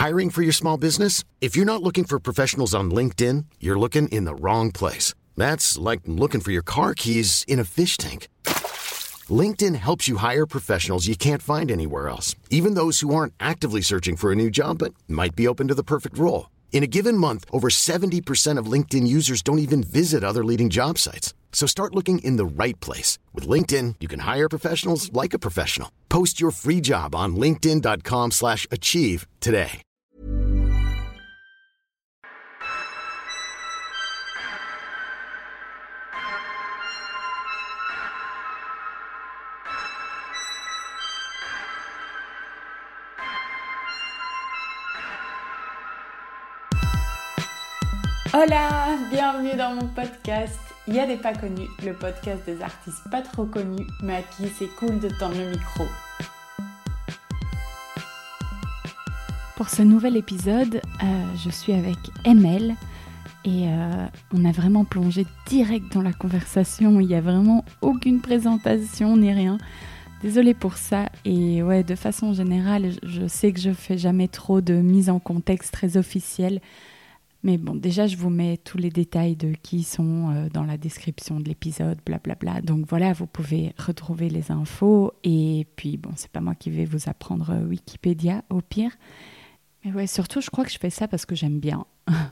Hiring for your small business? If you're not looking for professionals on LinkedIn, you're looking in the wrong place. That's like looking for your car keys in a fish tank. LinkedIn helps you hire professionals you can't find anywhere else, even those who aren't actively searching for a new job but might be open to the perfect role. In a given month, over 70% of LinkedIn users don't even visit other leading job sites. So start looking in the right place. With LinkedIn, you can hire professionals like a professional. Post your free job on linkedin.com/achieve today. Hola, bienvenue dans mon podcast. Il y a des pas connus, le podcast des artistes pas trop connus, mais à qui c'est cool de tendre le micro. Pour ce nouvel épisode, je suis avec ML et on a vraiment plongé direct dans la conversation. Il n'y a vraiment aucune présentation ni rien. Désolée pour ça. Et ouais, de façon générale, je sais que je fais jamais trop de mise en contexte très officielle. Mais bon, déjà, je vous mets tous les détails de qui sont dans la description de l'épisode, blablabla. Donc voilà, vous pouvez retrouver les infos. Et puis, bon, c'est pas moi qui vais vous apprendre Wikipédia, au pire. Mais ouais, surtout, je crois que je fais ça parce que j'aime bien.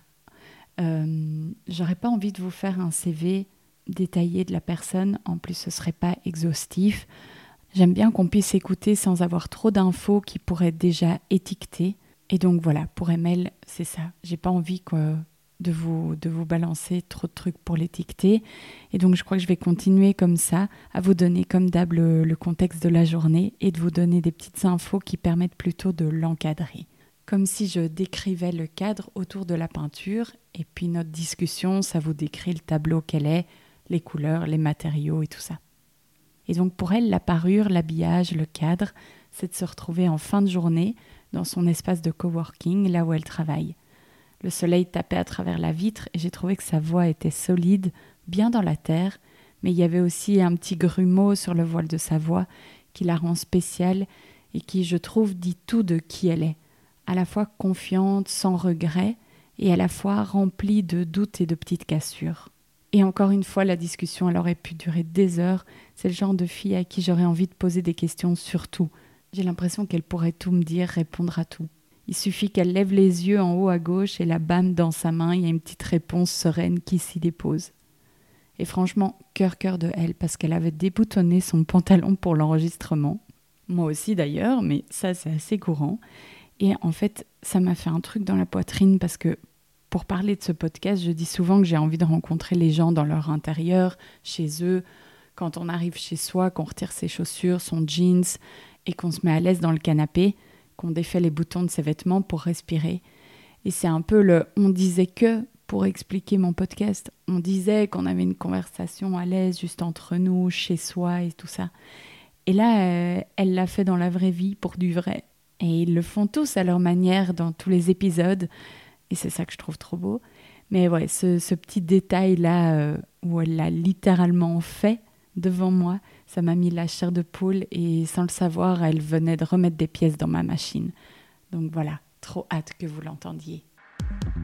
J'aurais pas envie de vous faire un CV détaillé de la personne. En plus, ce serait pas exhaustif. J'aime bien qu'on puisse écouter sans avoir trop d'infos qui pourraient être déjà étiquetées. Et donc voilà, pour ML, c'est ça. J'ai pas envie de vous balancer trop de trucs pour l'étiqueter. Et donc je crois que je vais continuer comme ça, à vous donner comme d'hab le contexte de la journée et de vous donner des petites infos qui permettent plutôt de l'encadrer. Comme si je décrivais le cadre autour de la peinture. Et puis notre discussion, ça vous décrit le tableau qu'elle est, les couleurs, les matériaux et tout ça. Et donc pour elle, la parure, l'habillage, le cadre, c'est de se retrouver en fin de journée dans son espace de coworking, là où elle travaille. Le soleil tapait à travers la vitre et j'ai trouvé que sa voix était solide, bien dans la terre, mais il y avait aussi un petit grumeau sur le voile de sa voix qui la rend spéciale et qui, je trouve, dit tout de qui elle est, à la fois confiante, sans regret, et à la fois remplie de doutes et de petites cassures. Et encore une fois, la discussion, elle aurait pu durer des heures. C'est le genre de fille à qui j'aurais envie de poser des questions sur tout. J'ai l'impression qu'elle pourrait tout me dire, répondre à tout. Il suffit qu'elle lève les yeux en haut à gauche et là, bam, dans sa main, il y a une petite réponse sereine qui s'y dépose. Et franchement, cœur de elle, parce qu'elle avait déboutonné son pantalon pour l'enregistrement. Moi aussi d'ailleurs, mais ça, c'est assez courant. Et en fait, ça m'a fait un truc dans la poitrine parce que pour parler de ce podcast, je dis souvent que j'ai envie de rencontrer les gens dans leur intérieur, chez eux, quand on arrive chez soi, qu'on retire ses chaussures, son jeans et qu'on se met à l'aise dans le canapé, qu'on défait les boutons de ses vêtements pour respirer. Et c'est un peu le « on disait que » pour expliquer mon podcast. On disait qu'on avait une conversation à l'aise juste entre nous, chez soi et tout ça. Et là, elle l'a fait dans la vraie vie pour du vrai. Et ils le font tous à leur manière dans tous les épisodes. Et c'est ça que je trouve trop beau. Mais ouais, ce petit détail-là où elle l'a littéralement fait devant moi, ça m'a mis la chair de poule et sans le savoir, elle venait de remettre des pièces dans ma machine. Donc voilà, trop hâte que vous l'entendiez. Je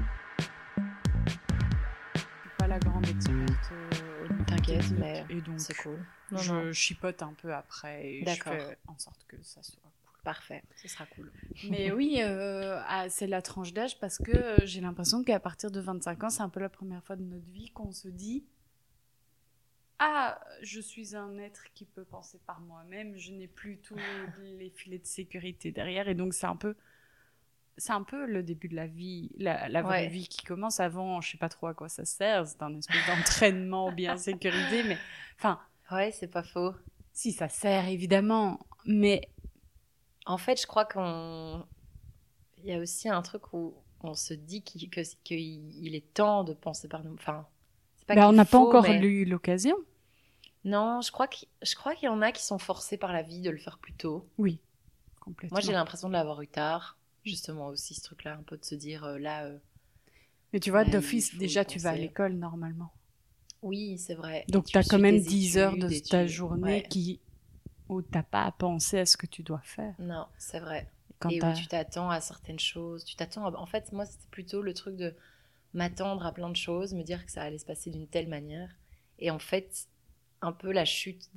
suis pas la grande experte. T'inquiète, mais et donc, c'est cool. Je chipote un peu après et D'accord. je fais en sorte que ça soit cool. Parfait, ce sera cool. Mais oui, c'est la tranche d'âge parce que j'ai l'impression qu'à partir de 25 ans, c'est un peu la première fois de notre vie qu'on se dit « Ah, je suis un être qui peut penser par moi-même, je n'ai plus tous les filets de sécurité derrière. » Et donc, c'est un peu le début de la vie, la vraie vie qui commence. Avant, je ne sais pas trop à quoi ça sert, c'est un espèce d'entraînement bien sécurisé, mais enfin... Ouais, c'est pas faux. Si, ça sert, évidemment, mais... En fait, je crois il y a aussi un truc où on se dit qu'il est temps de penser par nous. Enfin, c'est pas on n'a pas encore mais... eu l'occasion. Non, je crois qu'il y en a qui sont forcés par la vie de le faire plus tôt. Oui, complètement. Moi, j'ai l'impression de l'avoir eu tard. Justement, aussi, ce truc-là, un peu de se dire, Mais tu vois, d'office, déjà, tu vas à l'école, normalement. Oui, c'est vrai. Donc, tu as quand même 10 heures de ta journée où tu n'as pas à penser à ce que tu dois faire. Non, c'est vrai. quand et où tu t'attends à certaines choses. En fait, moi, c'était plutôt le truc de m'attendre à plein de choses, me dire que ça allait se passer d'une telle manière. Et en fait, un peu la chute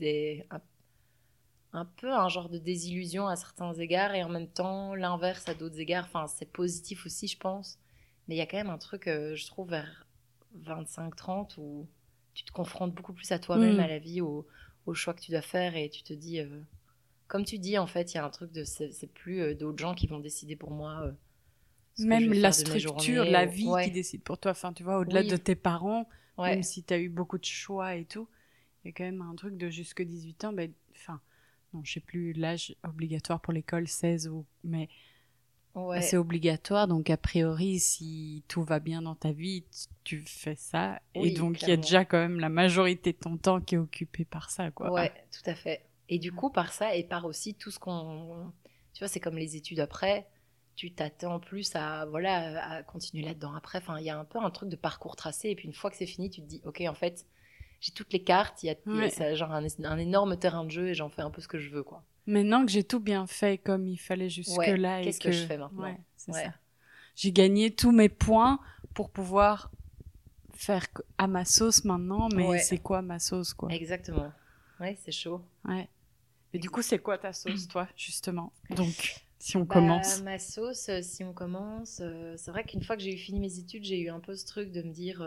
un peu un genre de désillusion à certains égards et en même temps l'inverse à d'autres égards. Enfin, c'est positif aussi, je pense. Mais il y a quand même un truc, je trouve, vers 25-30 où tu te confrontes beaucoup plus à toi-même, à la vie, aux choix que tu dois faire et tu te dis, comme tu dis, en fait, il y a un truc de c'est plus d'autres gens qui vont décider pour moi ce que je Même vais la faire de mes structure, journées. la vie qui Ouais, décide pour toi. Enfin, tu vois, au-delà de oui, tes parents, même ouais, si tu as eu beaucoup de choix et tout, il y a quand même un truc de jusque 18 ans. Ben, enfin, non, je sais plus l'âge obligatoire pour l'école, 16 ou... Mais bah, c'est ouais, obligatoire, donc a priori, si tout va bien dans ta vie, tu fais ça. Et oui, donc, il y a clairement. déjà quand même la majorité de ton temps qui est occupé par ça, quoi. Ouais, tout à fait. Et du coup, par ça et par aussi tout ce qu'on... Tu vois, c'est comme les études après. Tu t'attends plus à, voilà, à continuer là-dedans après. Enfin, il y a un peu un truc de parcours tracé. Et puis une fois que c'est fini, tu te dis, OK, en fait, j'ai toutes les cartes. Ouais. C'est genre un énorme terrain de jeu et j'en fais un peu ce que je veux, quoi. Maintenant que j'ai tout bien fait comme il fallait Ouais, jusque-là et qu'est-ce que je que... fais maintenant? Ouais, c'est Ouais, ça. J'ai gagné tous mes points pour pouvoir faire à ma sauce maintenant, mais ouais, c'est quoi ma sauce, quoi? exactement. Ouais, c'est chaud. Ouais. Et du coup, Exact. c'est quoi ta sauce, toi, justement? Donc, si on Bah, commence. ma sauce, si on commence, c'est vrai qu'une fois que j'ai eu fini mes études, j'ai eu un peu ce truc de me dire,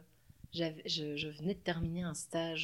je venais de terminer un stage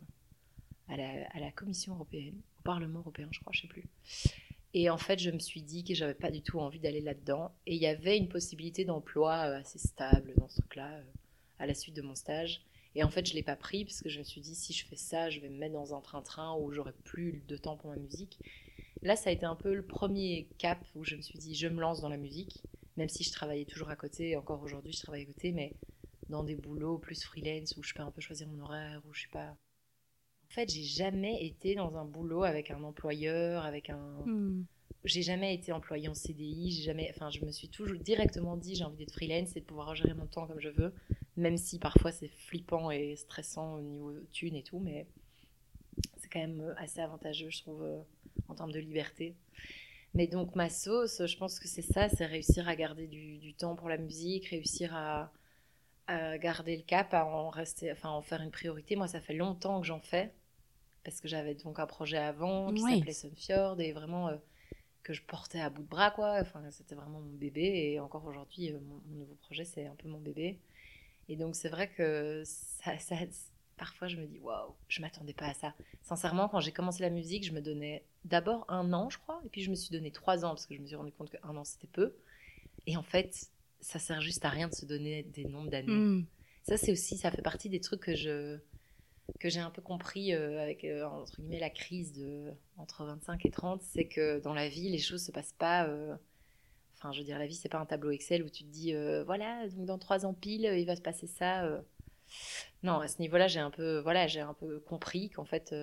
à la Commission européenne, au Parlement européen, je crois, je sais plus. Et en fait, je me suis dit que j'avais pas du tout envie d'aller là-dedans. Et il y avait une possibilité d'emploi assez stable dans ce truc-là, à la suite de mon stage. Et en fait, je l'ai pas pris parce que je me suis dit, si je fais ça, je vais me mettre dans un train-train où j'aurai plus de temps pour ma musique. Là, ça a été un peu le premier cap où je me suis dit, je me lance dans la musique, même si je travaillais toujours à côté. Encore aujourd'hui, je travaille à côté, mais dans des boulots plus freelance où je peux un peu choisir mon horaire, où je suis pas. En fait, j'ai jamais été dans un boulot avec un employeur, avec un. Hmm. J'ai jamais été employée en CDI. J'ai jamais. Enfin, je me suis toujours directement dit, j'ai envie d'être freelance et de pouvoir gérer mon temps comme je veux, même si parfois c'est flippant et stressant au niveau thunes et tout, mais c'est quand même assez avantageux, je trouve, en termes de liberté. Mais donc ma sauce, je pense que c'est ça, c'est réussir à garder du temps pour la musique, réussir à garder le cap, à en rester, enfin en faire une priorité. Moi, ça fait longtemps que j'en fais parce que j'avais donc un projet avant qui Oui. s'appelait Sunfjord et vraiment que je portais à bout de bras, quoi. Enfin, c'était vraiment mon bébé et encore aujourd'hui, mon nouveau projet, c'est un peu mon bébé. Et donc c'est vrai que parfois je me dis waouh, je m'attendais pas à ça. Sincèrement, quand j'ai commencé la musique, je me donnais d'abord un an, je crois, et puis je me suis donné 3 ans parce que je me suis rendu compte qu'un an c'était peu. Et en fait, ça sert juste à rien de se donner des nombres d'années. Hmm. Ça c'est aussi, ça fait partie des trucs que j'ai un peu compris avec entre guillemets la crise de entre 25 et 30, c'est que dans la vie les choses se passent pas. Enfin, je veux dire, la vie, c'est pas un tableau Excel où tu te dis, voilà, donc dans 3 ans pile, il va se passer ça. Non, à ce niveau-là, j'ai un peu compris qu'en fait,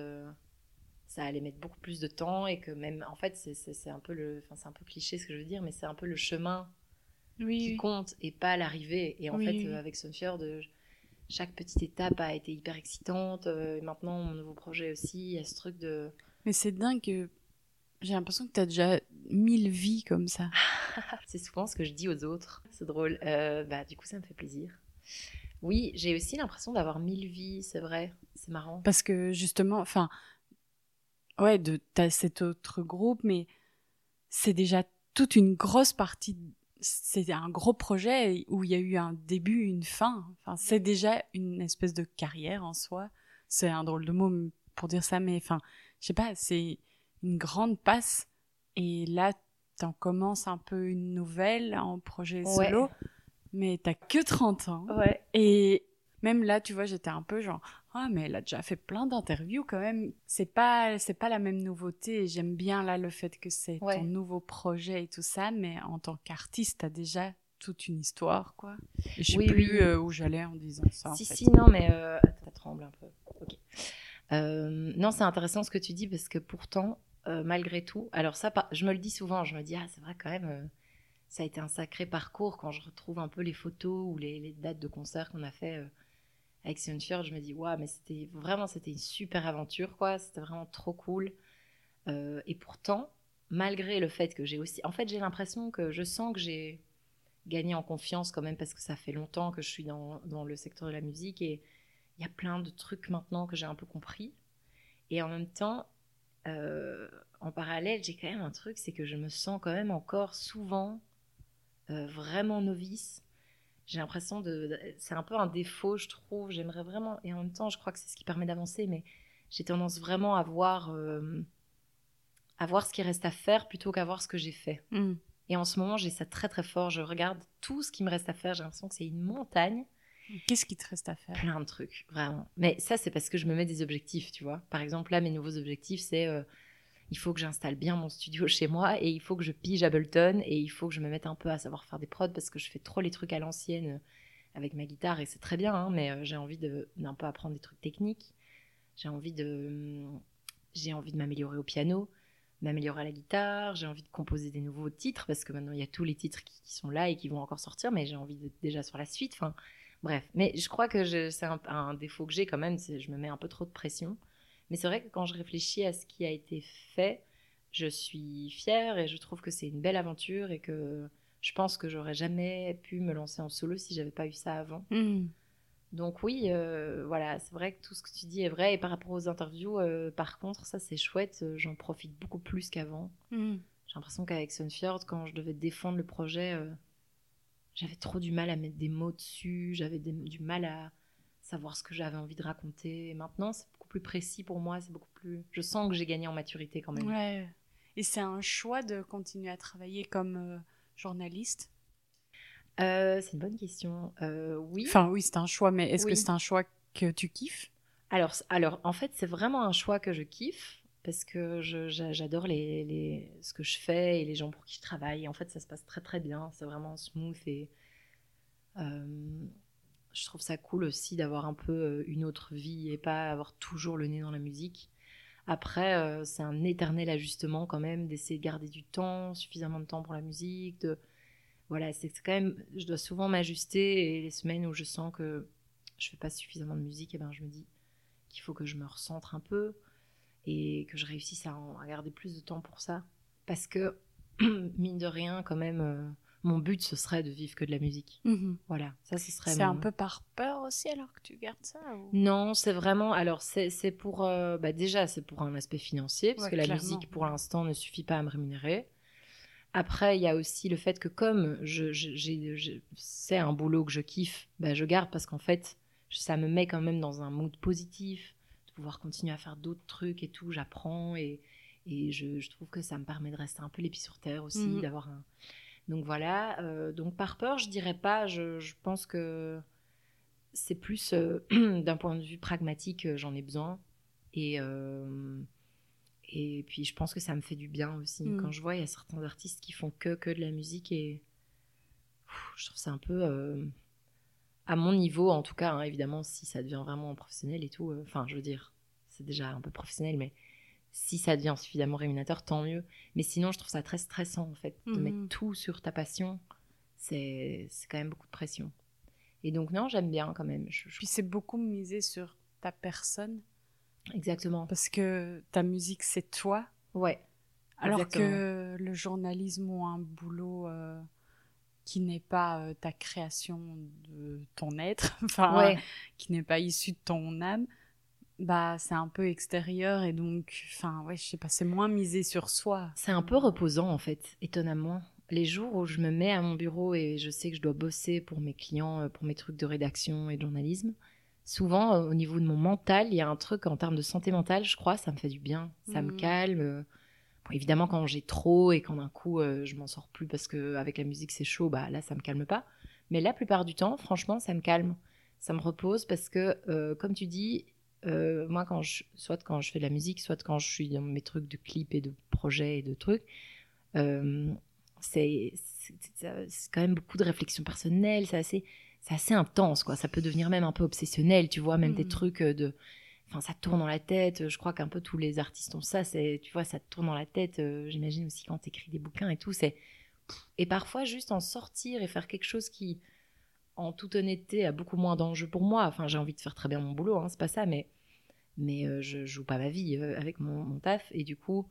ça allait mettre beaucoup plus de temps et que même, en fait, c'est un peu enfin, c'est un peu cliché ce que je veux dire, mais c'est un peu le chemin Oui, qui oui. compte et pas l'arrivée. Et en Oui, fait, oui. avec Sunfjord, chaque petite étape a été hyper excitante. Et maintenant, mon nouveau projet aussi, il y a ce truc de. Mais c'est dingue que j'ai l'impression que t'as déjà 1000 vies comme ça. C'est souvent ce que je dis aux autres. C'est drôle. Bah, du coup, ça me fait plaisir. Oui, j'ai aussi l'impression d'avoir 1000 vies, c'est vrai. C'est marrant. Parce que justement, enfin, ouais, t'as cet autre groupe, mais c'est déjà toute une grosse partie. C'est un gros projet où il y a eu un début, une fin. Enfin, c'est déjà une espèce de carrière en soi. C'est un drôle de mot pour dire ça, mais enfin, je sais pas, c'est une grande passe. Et là, t'en commences un peu une nouvelle en projet Ouais, solo, mais t'as que 30 ans. ouais, Et même là, tu vois, j'étais un peu genre, ah, mais elle a déjà fait plein d'interviews quand même. C'est pas la même nouveauté. J'aime bien là le fait que c'est ton ouais. nouveau projet et tout ça, mais en tant qu'artiste, t'as déjà toute une histoire, quoi. Et je sais Oui, plus oui. où j'allais en disant ça, en Si, fait. si, non, mais attends, ça tremble un peu. Ok. Non, c'est intéressant ce que tu dis parce que pourtant, malgré tout, alors ça, je me le dis souvent, je me dis, ah, c'est vrai quand même, ça a été un sacré parcours quand je retrouve un peu les photos ou les dates de concerts qu'on a fait avec Sunfjord, je me dis, waouh, mais c'était une super aventure, quoi. C'était vraiment trop cool. Et pourtant, malgré le fait que j'ai aussi... En fait, j'ai l'impression que je sens que j'ai gagné en confiance quand même parce que ça fait longtemps que je suis dans le secteur de la musique et il y a plein de trucs maintenant que j'ai un peu compris. Et en même temps, en parallèle, j'ai quand même un truc, c'est que je me sens quand même encore souvent vraiment novice. J'ai l'impression c'est un peu un défaut, je trouve. J'aimerais vraiment... Et en même temps, je crois que c'est ce qui permet d'avancer, mais j'ai tendance vraiment à voir ce qui reste à faire plutôt qu'à voir ce que j'ai fait. Et en ce moment, j'ai ça très très fort. Je regarde tout ce qui me reste à faire. J'ai l'impression que c'est une montagne. Qu'est-ce qui te reste à faire? Plein de trucs, vraiment. Mais ça, c'est parce que je me mets des objectifs, tu vois. Par exemple, là, mes nouveaux objectifs, c'est il faut que j'installe bien mon studio chez moi et il faut que je pige Ableton et il faut que je me mette un peu à savoir faire des prods parce que je fais trop les trucs à l'ancienne avec ma guitare et c'est très bien, hein, mais j'ai envie d'un peu apprendre des trucs techniques. J'ai envie de m'améliorer au piano, m'améliorer à la guitare, j'ai envie de composer des nouveaux titres parce que maintenant il y a tous les titres qui sont là et qui vont encore sortir, mais j'ai envie d'être déjà sur la suite. Enfin, bref, mais je crois que c'est un défaut que j'ai quand même, c'est je me mets un peu trop de pression. Mais c'est vrai que quand je réfléchis à ce qui a été fait, je suis fière et je trouve que c'est une belle aventure et que je pense que j'aurais jamais pu me lancer en solo si j'avais pas eu ça avant. Donc oui, voilà, c'est vrai que tout ce que tu dis est vrai. Et par rapport aux interviews, par contre, ça c'est chouette, j'en profite beaucoup plus qu'avant. J'ai l'impression qu'avec Sunfjord, quand je devais défendre le projet, j'avais trop du mal à mettre des mots dessus, j'avais du mal à savoir ce que j'avais envie de raconter. Et maintenant, c'est beaucoup plus précis pour moi, c'est beaucoup plus... Je sens que j'ai gagné en maturité quand même. Ouais. Et c'est un choix de continuer à travailler comme journaliste? C'est une bonne question. Oui. Enfin, oui, c'est un choix, mais est-ce Oui. que c'est un choix que tu kiffes? Alors, en fait, c'est vraiment un choix que je kiffe parce que j'adore ce que je fais et les gens pour qui je travaille. Et en fait, ça se passe très très bien. C'est vraiment smooth et je trouve ça cool aussi d'avoir un peu une autre vie et pas avoir toujours le nez dans la musique. Après, c'est un éternel ajustement quand même d'essayer de garder du temps, suffisamment de temps pour la musique. Voilà, c'est quand même, je dois souvent m'ajuster et les semaines où je sens que je fais pas suffisamment de musique, et ben je me dis qu'il faut que je me recentre un peu et que je réussisse à garder plus de temps pour ça. Parce que, mine de rien, quand même, mon but, ce serait de vivre que de la musique. Voilà, ça, ce serait C'est un peu par peur aussi, alors que tu gardes ça ou... Non, c'est vraiment... Alors, c'est pour... déjà, c'est pour un aspect financier, parce que la musique, pour l'instant, ne suffit pas à me rémunérer. Après, il y a aussi le fait que comme c'est un boulot que je kiffe, je garde parce qu'en fait, ça me met quand même dans un mood positif, de pouvoir continuer à faire d'autres trucs et tout, j'apprends et je trouve que ça me permet de rester un peu les pieds sur terre aussi, d'avoir un... Donc voilà, donc par peur, je dirais pas, je pense que c'est plus d'un point de vue pragmatique, j'en ai besoin et puis je pense que ça me fait du bien aussi. Quand je vois, il y a certains artistes qui font que de la musique et je trouve ça un peu à mon niveau en tout cas, hein, évidemment si ça devient vraiment professionnel et tout, enfin je veux dire, c'est déjà un peu professionnel mais si ça devient suffisamment rémunérateur, tant mieux. Mais sinon, je trouve ça très stressant en fait, de mettre tout sur ta passion, c'est quand même beaucoup de pression. Et donc non, j'aime bien quand même. Puis c'est beaucoup misé sur ta personne. Exactement. Parce que ta musique, c'est toi. Ouais. Alors que le journalisme ou un boulot qui n'est pas ta création de ton être, enfin, qui n'est pas issu de ton âme, bah c'est un peu extérieur et donc, enfin, ouais, je sais pas, c'est moins misé sur soi. C'est un peu reposant en fait, étonnamment. Les jours où je me mets à mon bureau et je sais que je dois bosser pour mes clients, pour mes trucs de rédaction et de journalisme, souvent, au niveau de mon mental, il y a un truc en termes de santé mentale, je crois, ça me fait du bien, ça me calme. Bon, évidemment, quand j'ai trop et quand d'un coup, je m'en sors plus parce qu'avec la musique, c'est chaud, bah là, ça me calme pas. Mais la plupart du temps, franchement, ça me calme. Ça me repose parce que, comme tu dis, moi, soit quand je fais de la musique, soit quand je suis dans mes trucs de clips et de projets et de trucs, c'est quand même beaucoup de réflexion personnelle, c'est assez intense, quoi. Ça peut devenir même un peu obsessionnel, tu vois, même des trucs enfin, ça tourne dans la tête. Je crois qu'un peu tous les artistes ont ça, tu vois, ça te tourne dans la tête. J'imagine aussi quand t'écris des bouquins et tout, et parfois, juste en sortir et faire quelque chose qui, en toute honnêteté, a beaucoup moins d'enjeux pour moi. Enfin, j'ai envie de faire très bien mon boulot, hein, c'est pas ça, mais je joue pas ma vie avec mon taf, et du coup,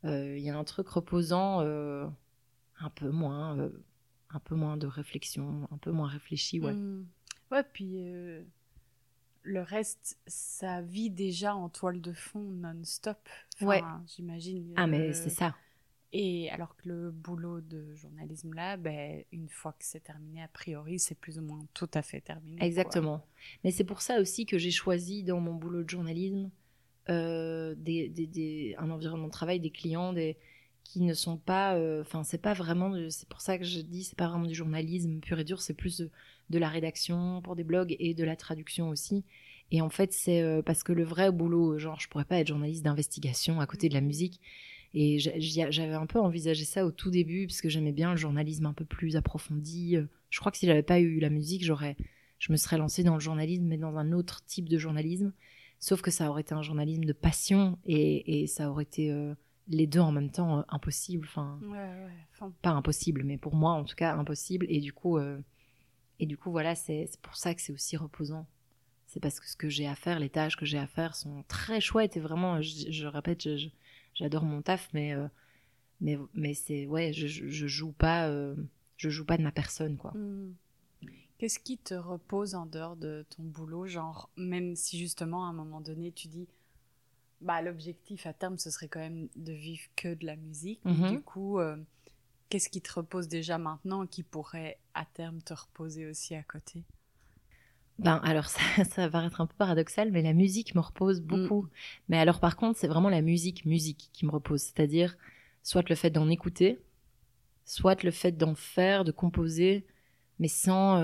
Il y a un truc reposant, un peu moins de réflexion, un peu moins réfléchi, ouais. Ouais, puis le reste, ça vit déjà en toile de fond non-stop. Enfin, ouais. J'imagine. Ah, mais c'est ça. Et alors que le boulot de journalisme là, une fois que c'est terminé, a priori, c'est plus ou moins tout à fait terminé. Exactement. Quoi. Mais c'est pour ça aussi que j'ai choisi dans mon boulot de journalisme un environnement de travail, des clients, qui ne sont pas... c'est pas vraiment... c'est pour ça que je dis, c'est pas vraiment du journalisme pur et dur, c'est plus de la rédaction pour des blogs et de la traduction aussi. Et en fait, c'est parce que le vrai boulot, genre, je pourrais pas être journaliste d'investigation à côté de la musique. Et j'avais un peu envisagé ça au tout début, parce que j'aimais bien le journalisme un peu plus approfondi. Je crois que si j'avais pas eu la musique, je me serais lancée dans le journalisme, mais dans un autre type de journalisme. Sauf que ça aurait été un journalisme de passion, et ça aurait été les deux en même temps impossible. Enfin, pas impossible, mais pour moi, en tout cas, impossible. Et du coup, voilà, c'est pour ça que c'est aussi reposant. C'est parce que ce que j'ai à faire, les tâches que j'ai à faire sont très chouettes. Et vraiment, je répète, j'adore mon taf, mais c'est je joue pas de ma personne, quoi. Qu'est-ce qui te repose en dehors de ton boulot, genre même si justement à un moment donné tu dis l'objectif à terme ce serait quand même de vivre que de la musique, du coup qu'est-ce qui te repose déjà maintenant qui pourrait à terme te reposer aussi à côté? Alors ça va paraître un peu paradoxal, mais la musique me repose beaucoup. Mais alors par contre, c'est vraiment la musique qui me repose. C'est-à-dire, soit le fait d'en écouter, soit le fait d'en faire, de composer, mais sans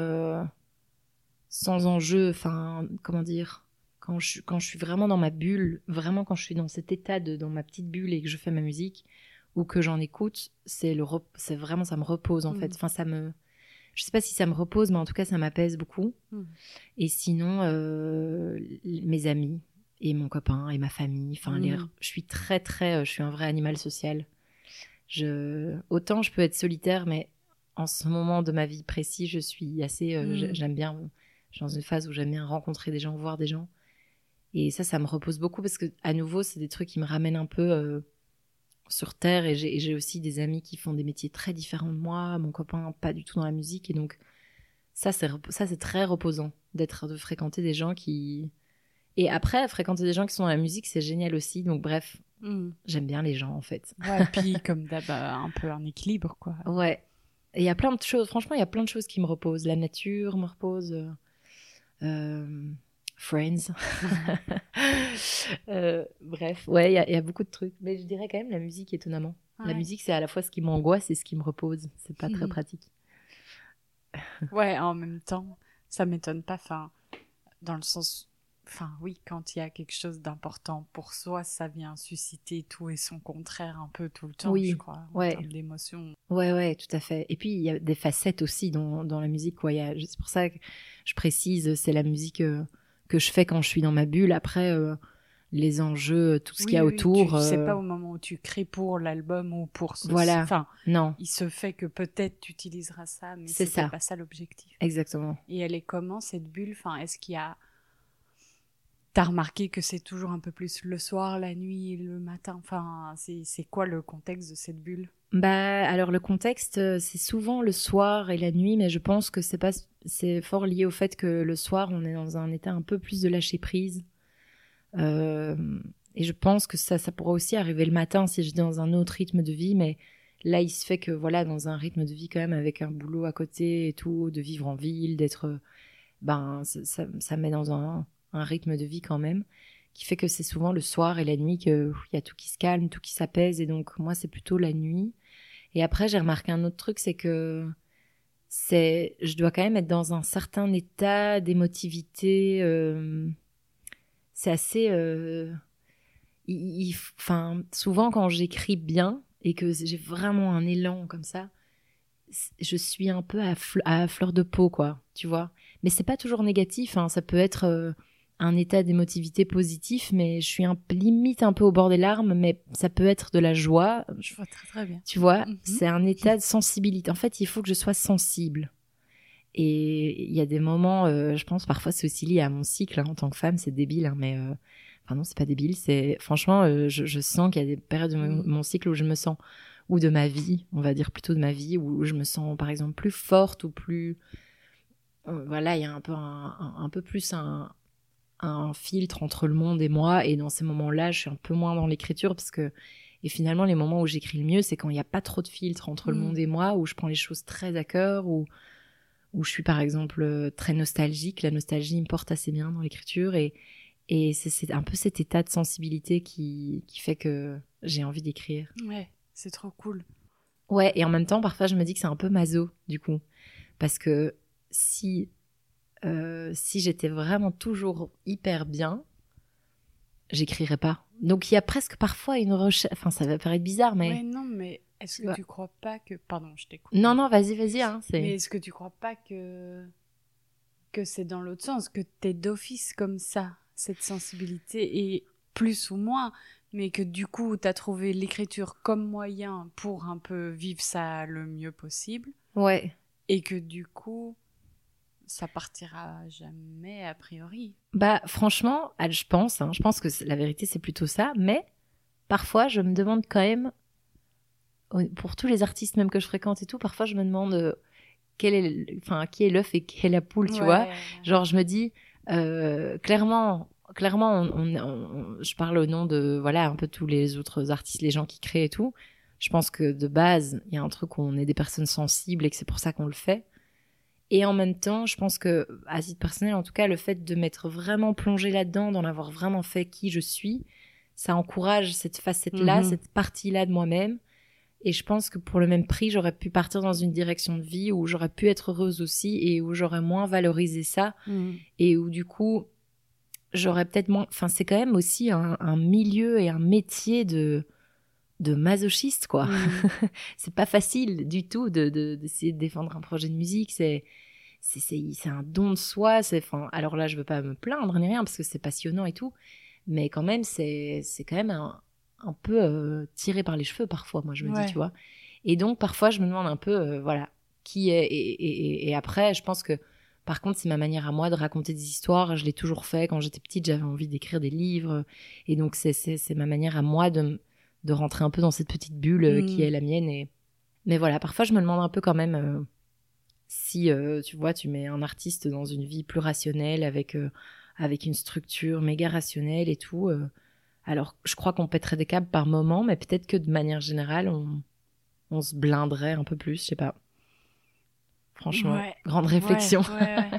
enjeu. Enfin, comment dire, quand je suis vraiment dans ma bulle, vraiment quand je suis dans cet état dans ma petite bulle et que je fais ma musique, ou que j'en écoute, c'est vraiment, ça me repose en fait. Enfin, je sais pas si ça me repose, mais en tout cas, ça m'apaise beaucoup. Et sinon, mes amis et mon copain et ma famille. Enfin, je suis très, très... je suis un vrai animal social. Autant je peux être solitaire, mais en ce moment de ma vie précis, je suis assez... j'aime bien... Je suis dans une phase où j'aime bien rencontrer des gens, voir des gens. Et ça me repose beaucoup parce que, à nouveau, c'est des trucs qui me ramènent un peu... sur terre, et j'ai aussi des amis qui font des métiers très différents de moi, mon copain pas du tout dans la musique, et donc ça c'est très reposant de fréquenter des gens qui... Et après, fréquenter des gens qui sont dans la musique, c'est génial aussi, donc bref, j'aime bien les gens en fait. Ouais, puis comme d'hab, un peu un équilibre, quoi. Ouais, et il y a plein de choses, franchement, il y a plein de choses qui me reposent. La nature me repose, Friends. Bref, ouais, il y a beaucoup de trucs. Mais je dirais quand même la musique, étonnamment. Ouais. La musique, c'est à la fois ce qui m'angoisse et ce qui me repose. C'est pas très pratique. Ouais, en même temps, ça m'étonne pas. Enfin, dans le sens... Enfin, oui, quand il y a quelque chose d'important pour soi, ça vient susciter tout et son contraire un peu tout le temps, je crois, en termes d'émotions. Ouais, tout à fait. Et puis, il y a des facettes aussi dans la musique, quoi. C'est pour ça que je précise, c'est la musique... que je fais quand je suis dans ma bulle. Après, les enjeux, tout ce qu'il y a autour... C'est pas au moment où tu crées pour l'album ou pour ce... Voilà, enfin, non. Il se fait que peut-être tu utiliseras ça, mais c'est pas ça l'objectif. Exactement. Et elle est comment, cette bulle? Enfin, est-ce qu'il y a... T'as remarqué que c'est toujours un peu plus le soir, la nuit, le matin? Enfin, c'est quoi le contexte de cette bulle? Alors le contexte, c'est souvent le soir et la nuit, mais je pense que c'est fort lié au fait que le soir, on est dans un état un peu plus de lâcher prise. Et je pense que ça pourrait aussi arriver le matin si j'étais dans un autre rythme de vie, mais là, il se fait que voilà, dans un rythme de vie quand même, avec un boulot à côté et tout, de vivre en ville, d'être... ça met dans un rythme de vie quand même, qui fait que c'est souvent le soir et la nuit qu'il y a tout qui se calme, tout qui s'apaise, et donc moi, c'est plutôt la nuit. Et après, j'ai remarqué un autre truc, c'est que je dois quand même être dans un certain état d'émotivité. C'est assez... souvent, quand j'écris bien et que j'ai vraiment un élan comme ça, je suis un peu à fleur de peau, quoi, tu vois. Mais c'est pas toujours négatif, hein. Ça peut être un état d'émotivité positif, mais je suis limite un peu au bord des larmes, mais ça peut être de la joie. Je vois très très bien. Tu vois, c'est un état de sensibilité. En fait, il faut que je sois sensible. Et il y a des moments, je pense parfois c'est aussi lié à mon cycle, hein, en tant que femme, c'est débile, hein, mais Enfin non, c'est pas débile, c'est franchement, je sens qu'il y a des périodes de mon cycle où je me sens, ou de ma vie, on va dire plutôt de ma vie, où je me sens par exemple plus forte ou plus, voilà, il y a un peu un peu plus un filtre entre le monde et moi, et dans ces moments-là, je suis un peu moins dans l'écriture parce que, et finalement, les moments où j'écris le mieux, c'est quand il n'y a pas trop de filtre entre le monde et moi, où je prends les choses très à cœur, où je suis par exemple très nostalgique. La nostalgie me porte assez bien dans l'écriture, et c'est un peu cet état de sensibilité qui fait que j'ai envie d'écrire. Ouais, c'est trop cool. Ouais, et en même temps, parfois, je me dis que c'est un peu maso, du coup. Parce que si j'étais vraiment toujours hyper bien, j'écrirais pas. Donc, il y a presque parfois une recherche... Enfin, ça va paraître bizarre, mais... Ouais, non, mais est-ce que tu crois pas que... Pardon, je t'écoute. Non, vas-y. Hein, mais est-ce que tu crois pas que c'est dans l'autre sens, que t'es d'office comme ça, cette sensibilité, et plus ou moins, mais que du coup, t'as trouvé l'écriture comme moyen pour un peu vivre ça le mieux possible. Ouais. Et que du coup, ça partira jamais a priori. Bah, franchement, je pense que la vérité, c'est plutôt ça, mais parfois, je me demande quand même, pour tous les artistes même que je fréquente et tout, parfois, je me demande... qui est l'œuf et qui est la poule, tu vois. Genre, je me dis, clairement, je parle au nom de, voilà, un peu tous les autres artistes, les gens qui créent et tout. Je pense que de base, il y a un truc où on est des personnes sensibles et que c'est pour ça qu'on le fait. Et en même temps, je pense que, à titre personnel, en tout cas, le fait de m'être vraiment plongée là-dedans, d'en avoir vraiment fait qui je suis, ça encourage cette facette-là, cette partie-là de moi-même. Et je pense que pour le même prix, j'aurais pu partir dans une direction de vie où j'aurais pu être heureuse aussi et où j'aurais moins valorisé ça. Et où du coup, j'aurais peut-être moins... Enfin, c'est quand même aussi un milieu et un métier de masochiste, quoi. C'est pas facile du tout d'essayer de défendre un projet de musique. C'est un don de soi. Alors là, je veux pas me plaindre ni rien parce que c'est passionnant et tout. Mais quand même, c'est quand même un peu tiré par les cheveux parfois, moi je me dis, tu vois. Et donc parfois je me demande un peu, voilà, qui est, et après je pense que par contre c'est ma manière à moi de raconter des histoires. Je l'ai toujours fait. Quand j'étais petite, j'avais envie d'écrire des livres, et donc c'est ma manière à moi de rentrer un peu dans cette petite bulle qui est la mienne. Mais voilà, parfois je me demande un peu quand même si tu vois, tu mets un artiste dans une vie plus rationnelle avec une structure méga rationnelle et tout, alors, je crois qu'on pèterait des câbles par moment, mais peut-être que de manière générale, on se blinderait un peu plus, je sais pas. Franchement, grande réflexion. Ouais.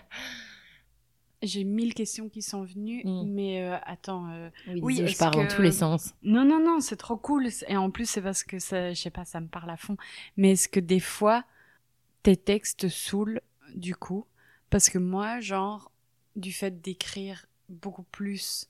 J'ai 1000 questions qui sont venues, mais attends... oui, je pars dans tous les sens. Non, c'est trop cool. Et en plus, c'est parce que, je sais pas, ça me parle à fond. Mais est-ce que des fois, tes textes saoulent, du coup? Parce que moi, genre, du fait d'écrire beaucoup plus...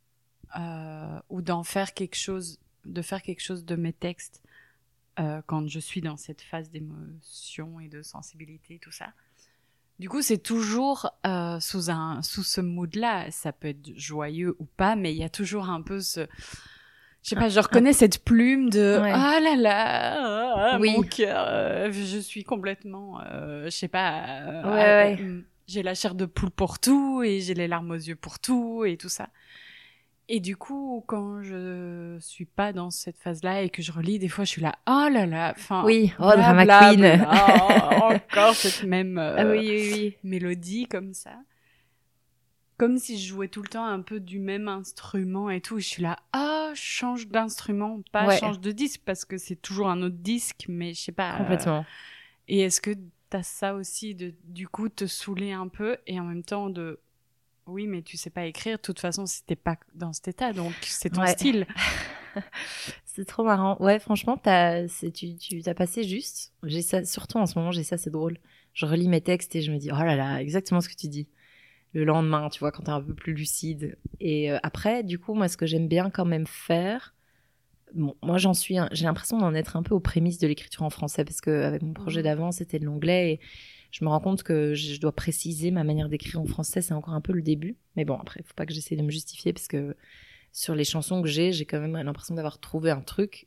ou d'en faire quelque chose, de mes textes quand je suis dans cette phase d'émotion et de sensibilité, tout ça. Du coup, c'est toujours sous ce mood-là. Ça peut être joyeux ou pas, mais il y a toujours un peu ce... Je sais pas, je reconnais cette plume de « Ah là là, mon cœur, je suis complètement... je sais pas... j'ai la chair de poule pour tout et j'ai les larmes aux yeux pour tout et tout ça. » Et du coup, quand je suis pas dans cette phase-là et que je relis, des fois, je suis là, oh là là, enfin, drama queen, encore cette même mélodie comme ça, comme si je jouais tout le temps un peu du même instrument et tout. Et je suis là, change d'instrument, pas change de disque, parce que c'est toujours un autre disque, mais je sais pas. Complètement. Et est-ce que t'as ça aussi de, du coup, te saouler un peu et en même temps de... Oui, mais tu sais pas écrire. De toute façon, si t'es pas dans cet état, donc c'est ton style. C'est trop marrant. Ouais, franchement, tu t'as passé juste. J'ai ça, surtout en ce moment, j'ai ça, c'est drôle. Je relis mes textes et je me dis, oh là là, exactement ce que tu dis. Le lendemain, tu vois, quand t'es un peu plus lucide. Et après, du coup, moi, ce que j'aime bien quand même faire, bon, moi, j'ai l'impression d'en être un peu aux prémices de l'écriture en français, parce qu'avec mon projet d'avant, c'était de l'anglais, et je me rends compte que je dois préciser ma manière d'écrire en français. C'est encore un peu le début. Mais bon, après, il faut pas que j'essaie de me justifier, parce que sur les chansons que j'ai quand même l'impression d'avoir trouvé un truc.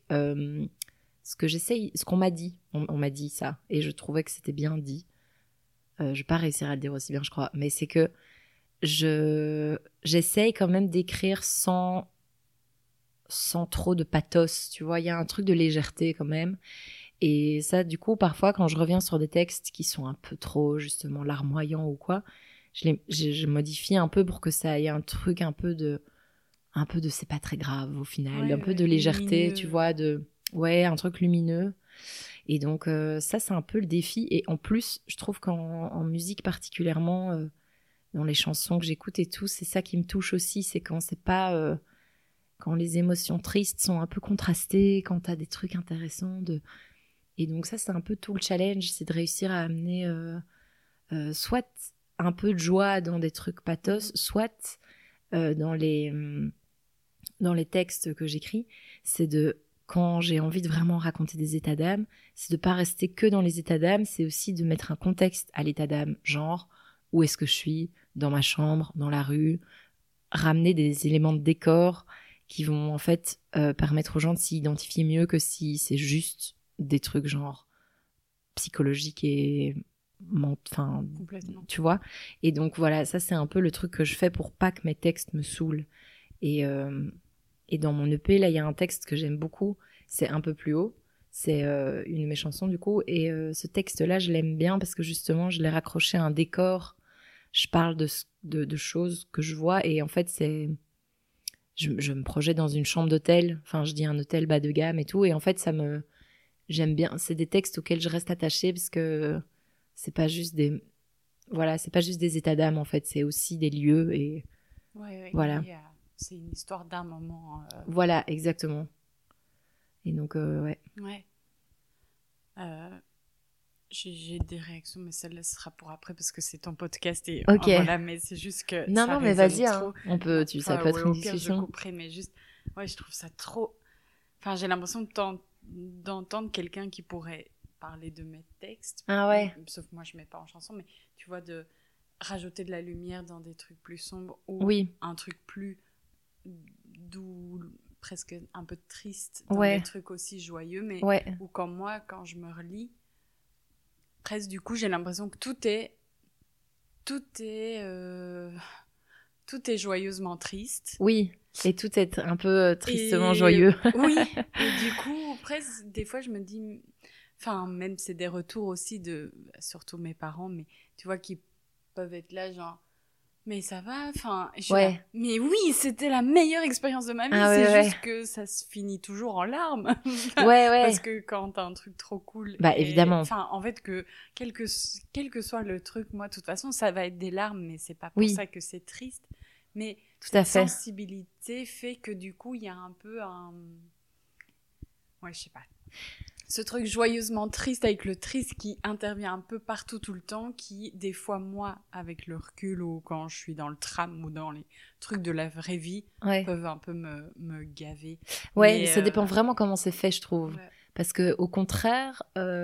Ce qu'on m'a dit, on m'a dit ça, et je trouvais que c'était bien dit. Je vais pas réussir à le dire aussi bien, je crois, mais c'est que j'essaye quand même d'écrire sans trop de pathos, tu vois. Il y a un truc de légèreté quand même. Et ça, du coup, parfois, quand je reviens sur des textes qui sont un peu trop, justement, larmoyants ou quoi, je modifie un peu pour que ça ait un truc un peu de c'est pas très grave au final, un peu de légèreté, lumineux. Tu vois, un truc lumineux. Et donc, ça, c'est un peu le défi. Et en plus, je trouve qu'en musique particulièrement, dans les chansons que j'écoute et tout, c'est ça qui me touche aussi, c'est quand c'est pas... quand les émotions tristes sont un peu contrastées, quand t'as des trucs intéressants Et donc ça, c'est un peu tout le challenge, c'est de réussir à amener soit un peu de joie dans des trucs pathos, soit dans les textes que j'écris, c'est de, quand j'ai envie de vraiment raconter des états d'âme, c'est de pas rester que dans les états d'âme, c'est aussi de mettre un contexte à l'état d'âme, genre où est-ce que je suis, dans ma chambre, dans la rue, ramener des éléments de décor qui vont en fait permettre aux gens de s'y identifier mieux que si c'est juste des trucs genre psychologiques et tu vois. Et donc voilà, ça c'est un peu le truc que je fais pour pas que mes textes me saoulent. Et dans mon EP là, il y a un texte que j'aime beaucoup, c'est Un peu plus haut, c'est une de mes chansons du coup, et ce texte là je l'aime bien parce que justement je l'ai raccroché à un décor. Je parle de choses que je vois, et en fait c'est je me projette dans une chambre d'hôtel, enfin je dis un hôtel bas de gamme et tout, et en fait j'aime bien, c'est des textes auxquels je reste attachée parce que c'est pas juste des états d'âme en fait, c'est aussi des lieux et voilà. C'est une histoire d'un moment. Voilà, exactement. Et donc ouais. J'ai des réactions, mais celle-là sera pour après parce que c'est ton podcast et ok. Voilà, mais c'est juste que non mais vas-y, hein. Ça peut être une discussion. Je couperai, mais juste, je trouve ça trop. Enfin, j'ai l'impression d'entendre quelqu'un qui pourrait parler de mes textes. Ah ouais. Sauf moi, je mets pas en chanson, mais tu vois, de rajouter de la lumière dans des trucs plus sombres ou un truc plus doux, presque un peu triste dans des trucs aussi joyeux, mais ou comme moi, quand je me relis, presque du coup, j'ai l'impression que tout est joyeusement triste. Oui. Et tout est un peu tristement joyeux. Oui. Et du coup, presque, des fois, je me dis... Enfin, même c'est des retours aussi de... Surtout mes parents, mais tu vois, qui peuvent être là, genre... Mais ça va, enfin... Là, mais oui, c'était la meilleure expérience de ma vie. Juste que ça se finit toujours en larmes. Parce que quand t'as un truc trop cool... évidemment. Enfin, en fait, quel que soit le truc, moi, de toute façon, ça va être des larmes, mais c'est pas pour ça que c'est triste. Mais cette sensibilité fait que du coup, il y a un peu un... Ouais, je sais pas. Ce truc joyeusement triste avec le triste qui intervient un peu partout tout le temps, qui, des fois, moi, avec le recul ou quand je suis dans le tram ou dans les trucs de la vraie vie, peuvent un peu me gaver. Ouais, mais ça dépend vraiment comment c'est fait, je trouve. Ouais. Parce que au contraire,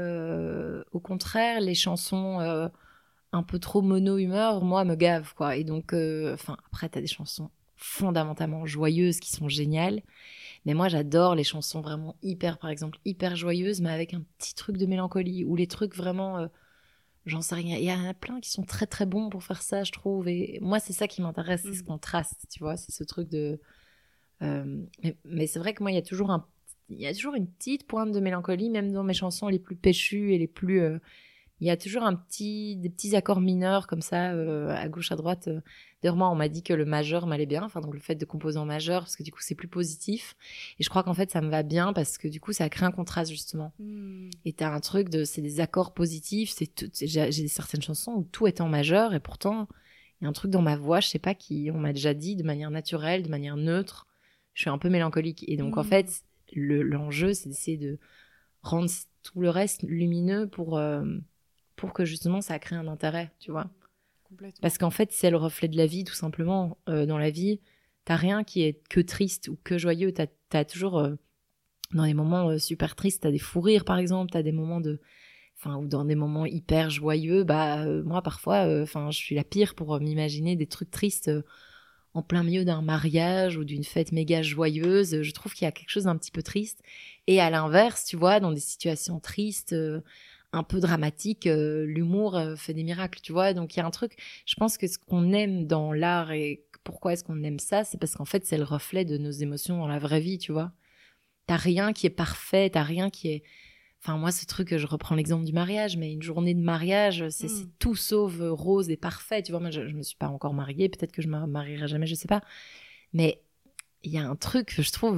les chansons... un peu trop mono-humeur, moi, me gave, quoi. Et donc, après, t'as des chansons fondamentalement joyeuses qui sont géniales. Mais moi, j'adore les chansons vraiment par exemple, hyper joyeuses, mais avec un petit truc de mélancolie. Ou les trucs vraiment, j'en sais rien. Il y en a plein qui sont très, très bons pour faire ça, je trouve. Et moi, c'est ça qui m'intéresse, c'est ce contraste, tu vois. C'est ce truc de... mais c'est vrai que moi, il y a toujours une petite pointe de mélancolie, même dans mes chansons les plus péchues et les plus... il y a toujours des petits accords mineurs comme ça, à gauche, à droite. D'ailleurs, moi, on m'a dit que le majeur m'allait bien, enfin, donc le fait de composer en majeur, parce que du coup, c'est plus positif. Et je crois qu'en fait, ça me va bien parce que du coup, ça crée un contraste, justement. Et t'as un truc c'est des accords positifs. J'ai certaines chansons où tout est en majeur et pourtant, il y a un truc dans ma voix, je sais pas, on m'a déjà dit de manière naturelle, de manière neutre. Je suis un peu mélancolique. Et donc, en fait, l'enjeu, c'est d'essayer de rendre tout le reste lumineux pour que justement ça crée un intérêt, tu vois. Parce qu'en fait, c'est le reflet de la vie, tout simplement. Dans la vie, t'as rien qui est que triste ou que joyeux. T'as toujours, dans des moments super tristes, t'as des fous rires, par exemple, t'as des moments ou dans des moments hyper joyeux, moi, parfois, je suis la pire pour m'imaginer des trucs tristes en plein milieu d'un mariage ou d'une fête méga joyeuse. Je trouve qu'il y a quelque chose d'un petit peu triste. Et à l'inverse, tu vois, dans des situations tristes, un peu dramatique, l'humour fait des miracles, tu vois. Donc il y a un truc, je pense que ce qu'on aime dans l'art et pourquoi est-ce qu'on aime ça, c'est parce qu'en fait c'est le reflet de nos émotions dans la vraie vie, tu vois. T'as rien qui est parfait, t'as rien qui est... Enfin moi ce truc, je reprends l'exemple du mariage, mais une journée de mariage, c'est tout sauf rose et parfait, tu vois. Moi je me suis pas encore mariée, peut-être que je me marierai jamais, je sais pas. Mais il y a un truc que je trouve...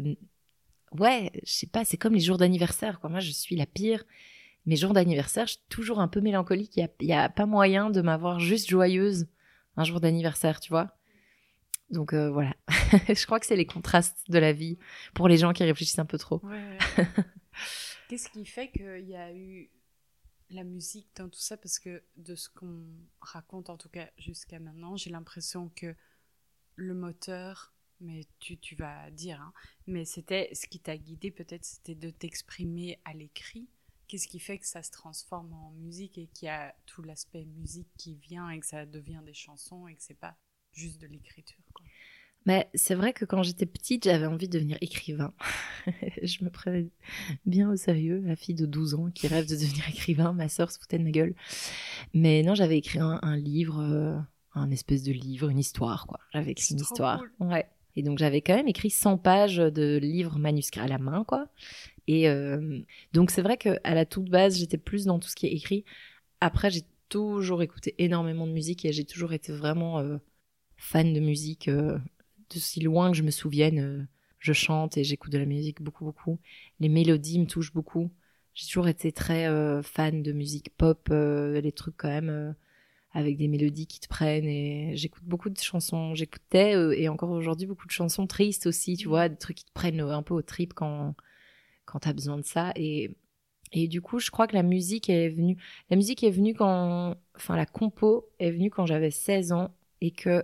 ouais, je sais pas, c'est comme les jours d'anniversaire, quoi. Moi je suis la pire. Mes jours d'anniversaire, je suis toujours un peu mélancolique. Il y a pas moyen de m'avoir juste joyeuse un jour d'anniversaire, tu vois. Donc voilà. Je crois que c'est les contrastes de la vie pour les gens qui réfléchissent un peu trop. Ouais. Qu'est-ce qui fait qu'il y a eu la musique dans tout ça? Parce que de ce qu'on raconte, en tout cas jusqu'à maintenant, j'ai l'impression que le moteur, mais tu vas dire, hein, mais c'était ce qui t'a guidé peut-être, c'était de t'exprimer à l'écrit. Qu'est-ce qui fait que ça se transforme en musique et qu'il y a tout l'aspect musique qui vient et que ça devient des chansons et que c'est pas juste de l'écriture, quoi. Mais c'est vrai que quand j'étais petite, j'avais envie de devenir écrivain. Je me prenais bien au sérieux, la fille de 12 ans qui rêve de devenir écrivain. Ma sœur se foutait de ma gueule. Mais non, j'avais écrit un livre, un espèce de livre, une histoire, quoi. J'avais écrit une histoire. Cool. Ouais. Et donc j'avais quand même écrit 100 pages de livres manuscrits à la main, quoi. Et donc c'est vrai qu'à la toute base, j'étais plus dans tout ce qui est écrit. Après, j'ai toujours écouté énormément de musique et j'ai toujours été vraiment fan de musique. De si loin que je me souvienne, je chante et j'écoute de la musique beaucoup, beaucoup. Les mélodies me touchent beaucoup. J'ai toujours été très fan de musique pop, les trucs quand même avec des mélodies qui te prennent. Et j'écoute beaucoup de chansons. J'écoutais, et encore aujourd'hui, beaucoup de chansons tristes aussi, tu vois, des trucs qui te prennent un peu au trip quand t'as besoin de ça. Et du coup, je crois que la musique est venue quand... Enfin, la compo est venue quand j'avais 16 ans et que...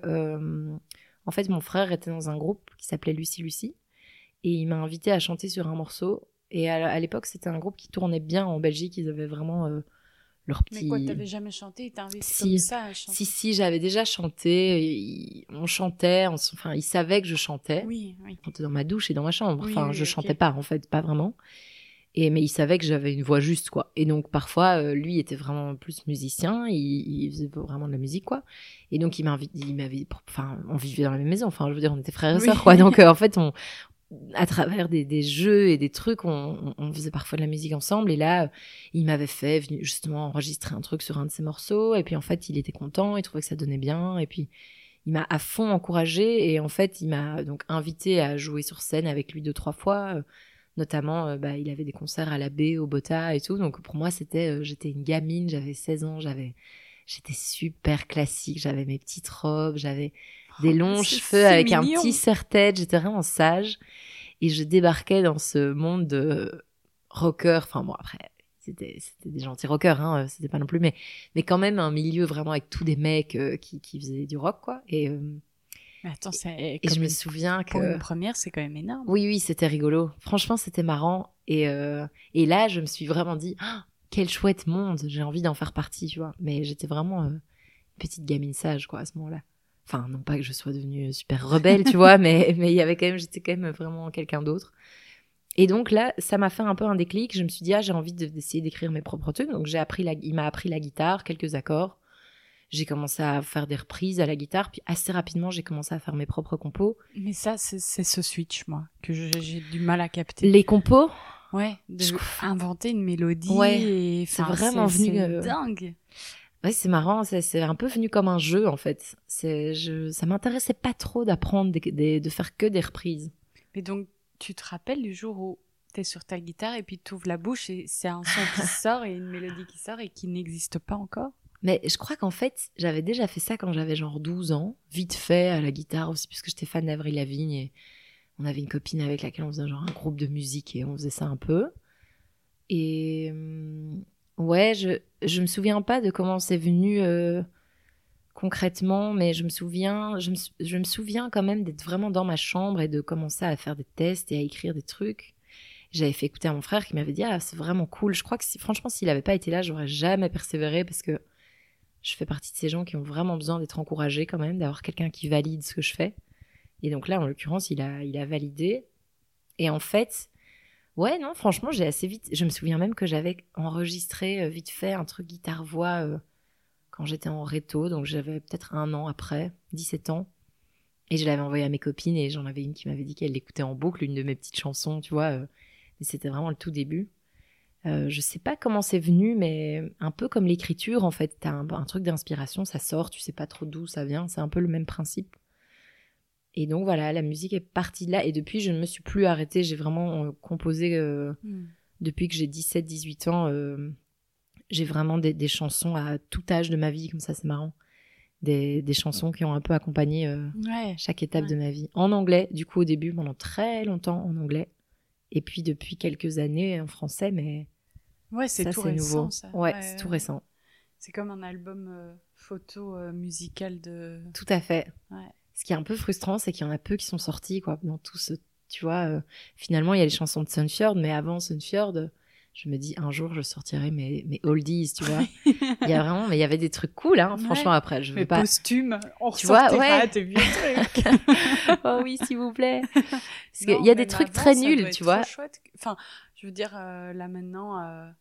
en fait, mon frère était dans un groupe qui s'appelait Lucie Lucie et il m'a invité à chanter sur un morceau. Et à l'époque, c'était un groupe qui tournait bien en Belgique. Ils avaient vraiment leur petit... Mais quoi, t'avais jamais chanté? Il t'a invité comme ça à chanter? Si, j'avais déjà chanté. On chantait. Enfin, il savait que je chantais. Oui. Je chantais dans ma douche et dans ma chambre. Enfin, Oui, je chantais pas, en fait, pas vraiment. Mais il savait que j'avais une voix juste, quoi. Et donc, parfois, lui était vraiment plus musicien. Il faisait vraiment de la musique, quoi. Et donc, il m'avait... Enfin, on vivait dans la même maison. Enfin, je veux dire, on était frères et sœurs, quoi. Donc, en fait, à travers des jeux et des trucs, on faisait parfois de la musique ensemble. Et là, il m'avait fait justement enregistrer un truc sur un de ses morceaux. Et puis, en fait, il était content. Il trouvait que ça donnait bien. Et puis, il m'a à fond encouragée. Et en fait, il m'a donc invité à jouer sur scène avec lui 2-3 fois. Notamment, il avait des concerts à la baie, au Bota et tout. Donc, pour moi, j'étais une gamine, j'avais 16 ans, j'étais super classique, j'avais mes petites robes, j'avais des longs cheveux avec mignon. Un petit serre-tête, j'étais vraiment sage. Et je débarquais dans ce monde de rockers. Enfin, bon, après, c'était des gentils rockers, hein, c'était pas non plus, mais quand même un milieu vraiment avec tous des mecs qui faisaient du rock, quoi. Mais attends, et je me souviens que... Pour une première, c'est quand même énorme. Oui, c'était rigolo. Franchement, c'était marrant. Et là, je me suis vraiment dit, oh, quel chouette monde, j'ai envie d'en faire partie, tu vois. Mais j'étais vraiment une petite gamine sage, quoi, à ce moment-là. Enfin, non pas que je sois devenue super rebelle, tu vois, mais il y avait j'étais quand même vraiment quelqu'un d'autre. Et donc là, ça m'a fait un peu un déclic. Je me suis dit, j'ai envie d'essayer d'écrire mes propres trucs. Donc il m'a appris la guitare, quelques accords. J'ai commencé à faire des reprises à la guitare, puis assez rapidement, j'ai commencé à faire mes propres compos. Mais ça, c'est ce switch, moi, que j'ai du mal à capter. Les compos? Ouais, inventer une mélodie. Ouais, c'est vraiment venu... C'est dingue. Ouais, c'est marrant, c'est un peu venu comme un jeu, en fait. Ça m'intéressait pas trop d'apprendre, de faire que des reprises. Mais donc, tu te rappelles du jour où t'es sur ta guitare et puis t'ouvres la bouche et c'est un son qui sort et une mélodie qui sort et qui n'existe pas encore? Mais je crois qu'en fait, j'avais déjà fait ça quand j'avais genre 12 ans, vite fait à la guitare aussi, puisque j'étais fan d'Avril Lavigne et on avait une copine avec laquelle on faisait genre un groupe de musique et on faisait ça un peu. Et ouais, je me souviens pas de comment c'est venu concrètement, mais je me souviens quand même d'être vraiment dans ma chambre et de commencer à faire des tests et à écrire des trucs. J'avais fait écouter à mon frère qui m'avait dit « Ah, c'est vraiment cool ». Je crois que franchement, s'il avait pas été là, j'aurais jamais persévéré parce que je fais partie de ces gens qui ont vraiment besoin d'être encouragés quand même, d'avoir quelqu'un qui valide ce que je fais. Et donc là, en l'occurrence, il a validé. Et en fait, Ouais, non, franchement, j'ai assez vite. Je me souviens même que j'avais enregistré vite fait un truc guitare-voix quand j'étais en réto, donc j'avais peut-être 1 an après, 17 ans. Et je l'avais envoyé à mes copines et j'en avais une qui m'avait dit qu'elle l'écoutait en boucle, une de mes petites chansons, tu vois. Et c'était vraiment le tout début. Je sais pas comment c'est venu, mais un peu comme l'écriture, en fait. T'as un truc d'inspiration, ça sort, tu sais pas trop d'où ça vient. C'est un peu le même principe. Et donc voilà, la musique est partie de là. Et depuis, je ne me suis plus arrêtée. J'ai vraiment composé depuis que j'ai 17-18 ans. J'ai vraiment des chansons à tout âge de ma vie, comme ça, c'est marrant. Des chansons qui ont un peu accompagné chaque étape de ma vie. En anglais, du coup, au début, pendant très longtemps en anglais. Et puis depuis quelques années en français, mais ouais, c'est ça, tout c'est récent. nouveau. Ça. Ouais, c'est tout récent. C'est comme un album photo musical de... Tout à fait. Ouais. Ce qui est un peu frustrant, c'est qu'il y en a peu qui sont sortis, quoi, dans tout ce... Tu vois, finalement, il y a les chansons de Sunfjord, mais avant Sunfjord, je me dis, un jour, je sortirai mes oldies, tu vois. Il y a vraiment... Mais il y avait des trucs cool, hein, franchement, après. Je veux pas... posthumes, on tu vois, ressortira tes vieux trucs. Oh oui, s'il vous plaît. Parce qu'il y a des trucs très nuls, tu vois. Chouette. Enfin, je veux dire, là maintenant,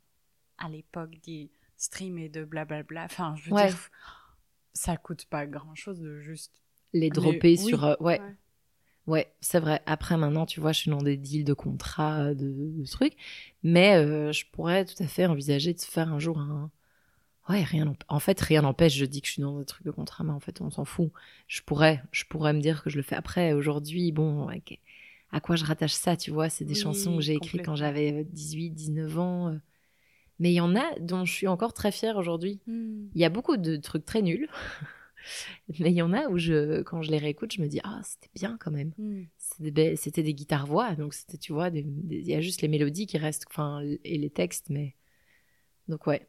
à l'époque des streams et de blablabla, enfin, je veux dire, ça coûte pas grand-chose de juste... Les dropper sur... Ouais, c'est vrai. Après, maintenant, tu vois, je suis dans des deals de contrats, de trucs. Mais je pourrais tout à fait envisager de se faire un jour un... Ouais, en fait, rien n'empêche. Je dis que je suis dans des trucs de contrat, mais en fait, on s'en fout. Je pourrais me dire que je le fais après. Aujourd'hui, bon, à quoi je rattache ça, tu vois? C'est des chansons que j'ai écrites quand j'avais 18, 19 ans. Mais il y en a dont je suis encore très fière aujourd'hui. Il y a beaucoup de trucs très nuls. Mais il y en a où quand je les réécoute, je me dis c'était bien quand même. C'était des guitares-voix, donc c'était, tu vois, il y a juste les mélodies qui restent, enfin, et les textes, mais donc ouais.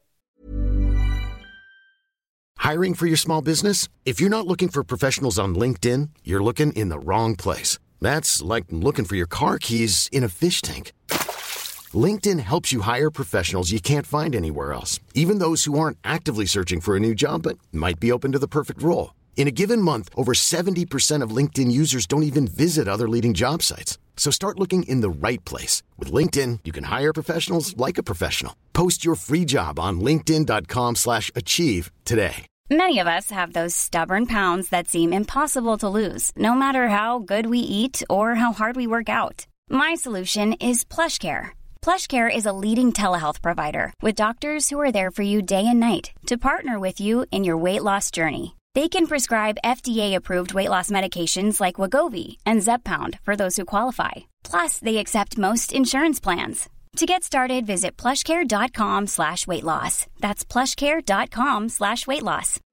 Hiring for your small business? If you're not looking for professionals on LinkedIn, you're looking in the wrong place. That's like looking for your car keys in a fish tank. LinkedIn helps you hire professionals you can't find anywhere else, even those who aren't actively searching for a new job but might be open to the perfect role. In a given month, over 70% of LinkedIn users don't even visit other leading job sites. So start looking in the right place. With LinkedIn, you can hire professionals like a professional. Post your free job on linkedin.com/achieve today. Many of us have those stubborn pounds that seem impossible to lose, no matter how good we eat or how hard we work out. My solution is PlushCare. PlushCare is a leading telehealth provider with doctors who are there for you day and night to partner with you in your weight loss journey. They can prescribe FDA-approved weight loss medications like Wegovy and Zepbound for those who qualify. Plus, they accept most insurance plans. To get started, visit plushcare.com/weightloss. That's plushcare.com/weightloss.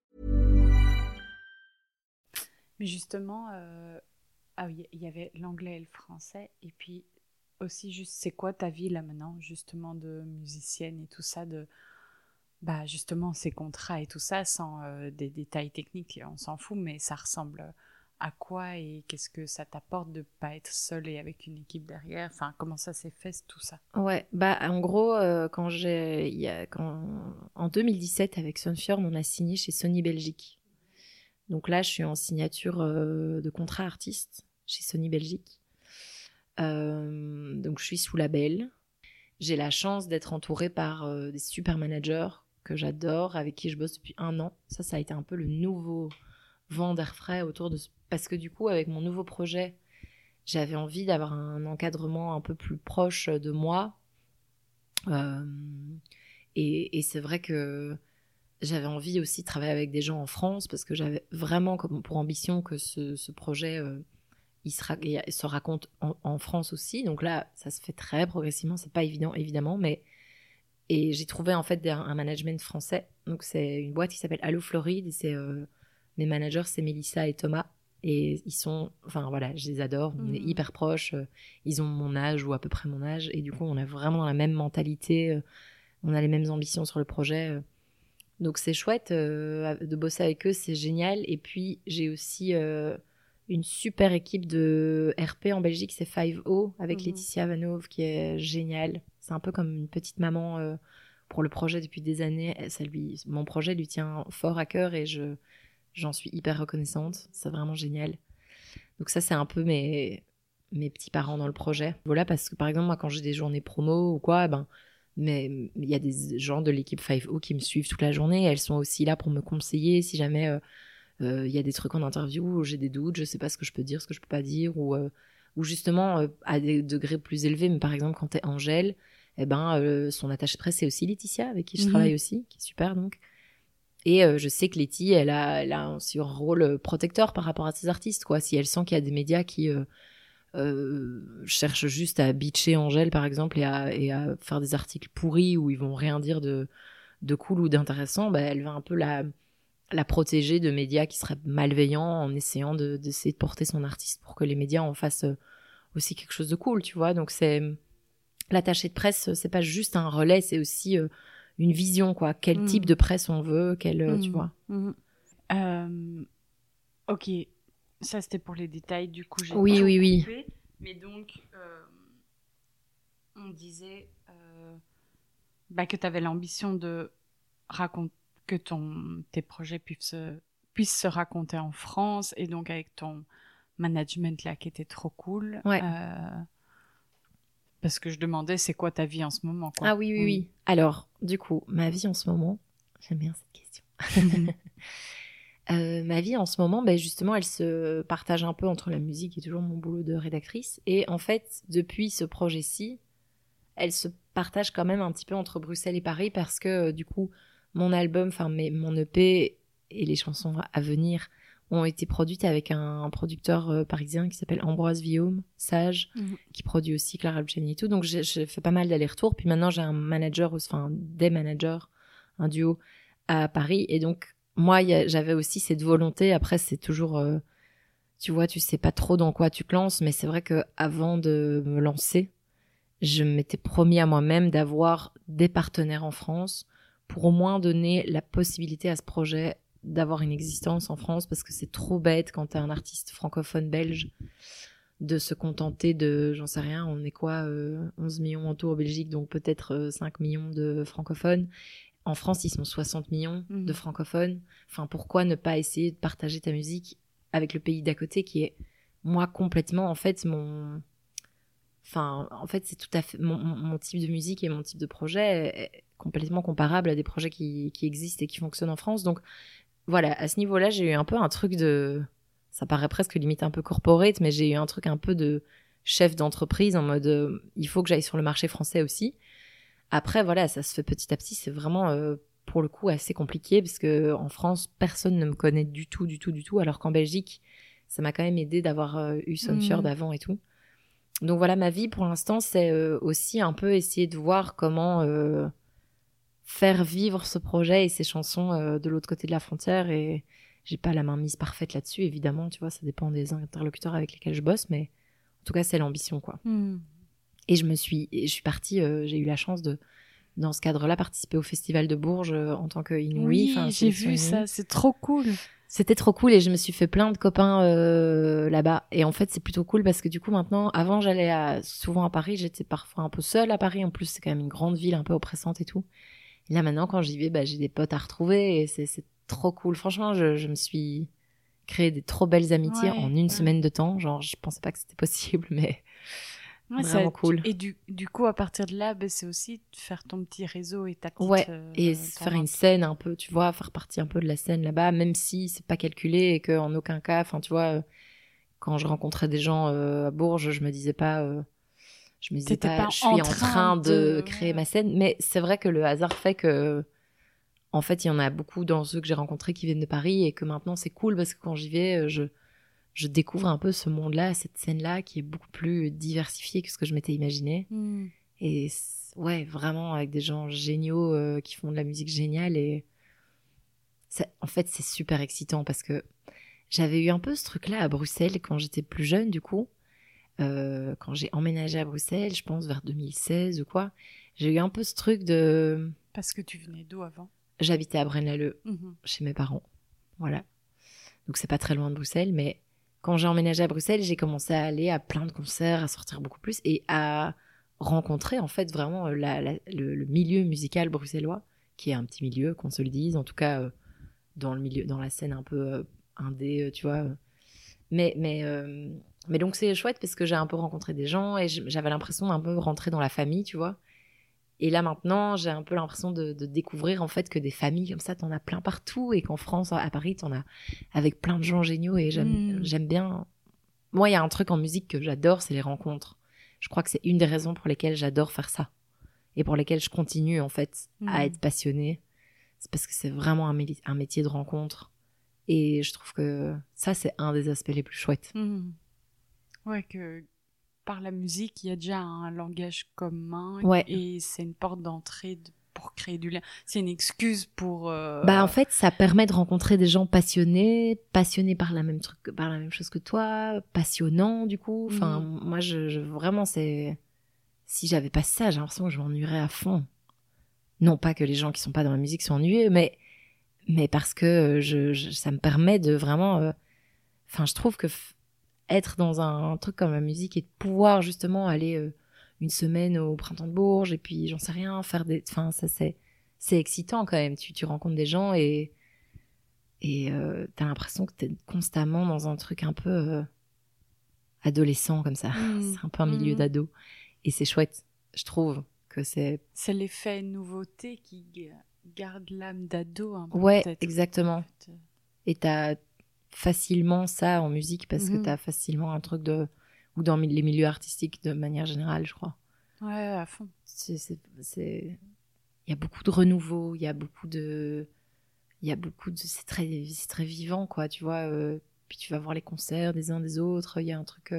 Mais justement, oui, il y avait l'anglais et le français, et puis aussi juste, c'est quoi ta vie là maintenant, justement, de musicienne et tout ça, de justement ces contrats et tout ça, sans des détails techniques, on s'en fout, mais ça ressemble à quoi et qu'est-ce que ça t'apporte de pas être seule et avec une équipe derrière, enfin comment ça s'est fait tout ça? Ouais, en gros, en 2017 avec Sunfjord, on a signé chez Sony Belgique. Donc là, je suis en signature de contrat artiste chez Sony Belgique. Donc je suis sous label. J'ai la chance d'être entourée par des super managers que j'adore, avec qui je bosse depuis 1 an. Ça a été un peu le nouveau vent d'air frais autour de parce que du coup, avec mon nouveau projet, j'avais envie d'avoir un encadrement un peu plus proche de moi. Et c'est vrai que j'avais envie aussi de travailler avec des gens en France, parce que j'avais vraiment comme pour ambition que ce projet il se raconte en France aussi. Donc là, ça se fait très progressivement, c'est pas évident évidemment, et j'ai trouvé en fait un management français. Donc c'est une boîte qui s'appelle Allo Floride, et c'est mes managers, c'est Mélissa et Thomas, et ils sont, enfin voilà, je les adore, on est hyper proches, ils ont mon âge ou à peu près mon âge, et du coup on est vraiment dans la même mentalité, on a les mêmes ambitions sur le projet, donc c'est chouette de bosser avec eux, c'est génial. Et puis j'ai aussi une super équipe de RP en Belgique, c'est 5O, avec Laetitia Vanove, qui est géniale. C'est un peu comme une petite maman pour le projet depuis des années. Mon projet lui tient fort à cœur, et j'en suis hyper reconnaissante. C'est vraiment génial. Donc ça, c'est un peu mes petits parents dans le projet. Voilà, parce que par exemple, moi, quand j'ai des journées promo ou quoi, mais il y a des gens de l'équipe 5O qui me suivent toute la journée. Elles sont aussi là pour me conseiller si jamais il y a des trucs en interview où j'ai des doutes, je sais pas ce que je peux dire, ce que je peux pas dire, ou justement à des degrés plus élevés. Mais par exemple, quand t'es Angèle, son attachée de presse, c'est aussi Laetitia, avec qui je travaille aussi, qui est super donc. Et je sais que Letty, elle a aussi un rôle protecteur par rapport à ses artistes, quoi. Si elle sent qu'il y a des médias qui cherchent juste à bitcher Angèle, par exemple, et à faire des articles pourris où ils vont rien dire de cool ou d'intéressant, elle va un peu la protéger de médias qui seraient malveillants en essayant d'essayer de porter son artiste pour que les médias en fassent aussi quelque chose de cool, tu vois. Donc c'est l'attaché de presse, c'est pas juste un relais, c'est aussi une vision, quoi. Quel type de presse on veut, tu vois. Ok, ça c'était pour les détails, du coup j'ai oui. coupé. Mais donc, on disait que tu avais l'ambition de raconter, que tes projets puissent se raconter en France, et donc avec ton management là qui était trop cool. Ouais. Parce que je demandais, c'est quoi ta vie en ce moment, quoi. Ah oui. Alors, du coup, ma vie en ce moment, j'aime bien cette question. Ma vie en ce moment, justement, elle se partage un peu entre la musique et toujours mon boulot de rédactrice. Et en fait, depuis ce projet-ci, elle se partage quand même un petit peu entre Bruxelles et Paris parce que du coup, mon album, mon EP et les chansons à venir ont été produites avec un producteur parisien qui s'appelle Ambroise Villaume, Sage, qui produit aussi Clara Luciani et tout. Donc, je fais pas mal d'allers-retours. Puis maintenant, j'ai un manager, des managers, un duo à Paris. Et donc, moi, j'avais aussi cette volonté. Après, c'est toujours, tu vois, tu sais pas trop dans quoi tu te lances. Mais c'est vrai qu'avant de me lancer, je m'étais promis à moi-même d'avoir des partenaires en France pour au moins donner la possibilité à ce projet d'avoir une existence en France, parce que c'est trop bête quand t'es un artiste francophone belge de se contenter de, j'en sais rien, on est quoi, 11 millions en tout en Belgique, donc peut-être 5 millions de francophones. En France, ils sont 60 millions de francophones. Enfin, pourquoi ne pas essayer de partager ta musique avec le pays d'à côté qui est, moi, complètement, en fait, c'est tout à fait mon type de musique et mon type de projet est complètement comparable à des projets qui existent et qui fonctionnent en France. Donc, voilà, à ce niveau-là, j'ai eu un peu un truc de... Ça paraît presque limite un peu corporate, mais j'ai eu un truc un peu de chef d'entreprise en mode il faut que j'aille sur le marché français aussi. Après, voilà, ça se fait petit à petit. C'est vraiment, pour le coup, assez compliqué parce qu'en France, personne ne me connaît du tout, alors qu'en Belgique, ça m'a quand même aidé d'avoir eu Sonfjord avant et tout. Donc voilà, ma vie, pour l'instant, c'est aussi un peu essayer de voir comment... faire vivre ce projet et ces chansons de l'autre côté de la frontière. Et j'ai pas la main mise parfaite là-dessus, évidemment, tu vois, ça dépend des interlocuteurs avec lesquels je bosse, mais en tout cas, c'est l'ambition, quoi. Et je suis partie, j'ai eu la chance de, dans ce cadre-là, participer au Festival de Bourges en tant qu'Inouï. Oui, j'ai vu ça, c'est trop cool. C'était trop cool et je me suis fait plein de copains là-bas. Et en fait, c'est plutôt cool parce que du coup, maintenant, avant, j'allais souvent à Paris, j'étais parfois un peu seule à Paris. En plus, c'est quand même une grande ville un peu oppressante et tout. Et là, maintenant, quand j'y vais, j'ai des potes à retrouver et c'est trop cool. Franchement, je me suis créé des trop belles amitiés en une semaine de temps. Genre, je pensais pas que c'était possible, mais vraiment cool. Et du coup, à partir de là, c'est aussi de faire ton petit réseau et ta petite... Ouais, et faire une scène un peu, tu vois, faire partie un peu de la scène là-bas, même si c'est pas calculé et qu'en aucun cas, enfin, tu vois, quand je rencontrais des gens à Bourges, je me disais pas... je me disais pas, je suis en train de créer ma scène. Mais c'est vrai que le hasard fait que, en fait, il y en a beaucoup dans ceux que j'ai rencontrés qui viennent de Paris et que maintenant c'est cool parce que quand j'y vais, je découvre un peu ce monde-là, cette scène-là qui est beaucoup plus diversifiée que ce que je m'étais imaginé. Et ouais, vraiment avec des gens géniaux qui font de la musique géniale. Et en fait, c'est super excitant parce que j'avais eu un peu ce truc-là à Bruxelles quand j'étais plus jeune, du coup. Quand j'ai emménagé à Bruxelles, je pense vers 2016 ou quoi, j'ai eu un peu ce truc de... Parce que tu venais d'où avant ? J'habitais à Braine-l'Alleud, chez mes parents. Voilà. Donc c'est pas très loin de Bruxelles, mais quand j'ai emménagé à Bruxelles, j'ai commencé à aller à plein de concerts, à sortir beaucoup plus et à rencontrer en fait vraiment le milieu musical bruxellois, qui est un petit milieu, qu'on se le dise, en tout cas dans le milieu, dans la scène un peu indé, tu vois. Mais Mais donc, c'est chouette parce que j'ai un peu rencontré des gens et j'avais l'impression d'un peu rentrer dans la famille, tu vois. Et là, maintenant, j'ai un peu l'impression de découvrir, en fait, que des familles comme ça, t'en as plein partout. Et qu'en France, à Paris, t'en as avec plein de gens géniaux. Et j'aime bien... Moi, il y a un truc en musique que j'adore, c'est les rencontres. Je crois que c'est une des raisons pour lesquelles j'adore faire ça. Et pour lesquelles je continue, en fait, à être passionnée. C'est parce que c'est vraiment un métier de rencontre. Et je trouve que ça, c'est un des aspects les plus chouettes. Ouais, que par la musique, il y a déjà un langage commun. Ouais. Et c'est une porte d'entrée pour créer du lien. C'est une excuse pour... En fait, ça permet de rencontrer des gens passionnés par la même chose que toi, passionnants, du coup. Enfin, moi, vraiment, c'est... Si j'avais pas ça, j'ai l'impression que je m'ennuierais à fond. Non pas que les gens qui sont pas dans la musique sont ennuyeux, mais parce que ça me permet de vraiment... Enfin, je trouve que être dans un truc comme la musique et de pouvoir justement aller une semaine au Printemps de Bourges et puis, j'en sais rien, faire des... Enfin, ça, c'est excitant quand même. Tu rencontres des gens et t'as l'impression que t'es constamment dans un truc un peu adolescent comme ça. C'est un peu un milieu d'ado. Et c'est chouette, je trouve que c'est... C'est l'effet nouveauté qui garde l'âme d'ado un peu. Ouais, peut-être. exactement. En fait. Et t'as facilement ça en musique parce que t'as facilement un truc de... Ou dans les milieux artistiques de manière générale, je crois. Ouais, à fond. Il y a beaucoup de renouveau, il y a beaucoup de... C'est très vivant, quoi, tu vois. Puis tu vas voir les concerts des uns des autres, il y a un truc...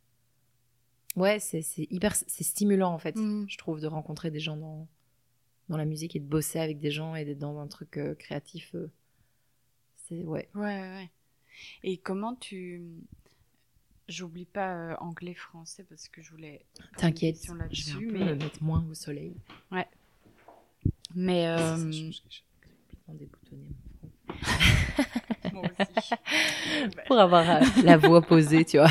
Ouais, c'est stimulant, en fait, je trouve, de rencontrer des gens dans la musique et de bosser avec des gens et d'être dans un truc créatif. Ouais. Ouais. Et comment J'oublie pas anglais-français parce que je voulais... T'inquiète, je vais me mettre moins au soleil. Ouais. Mais... Je vais complètement déboutonner mon front. Moi aussi. Pour avoir la voix posée, tu vois.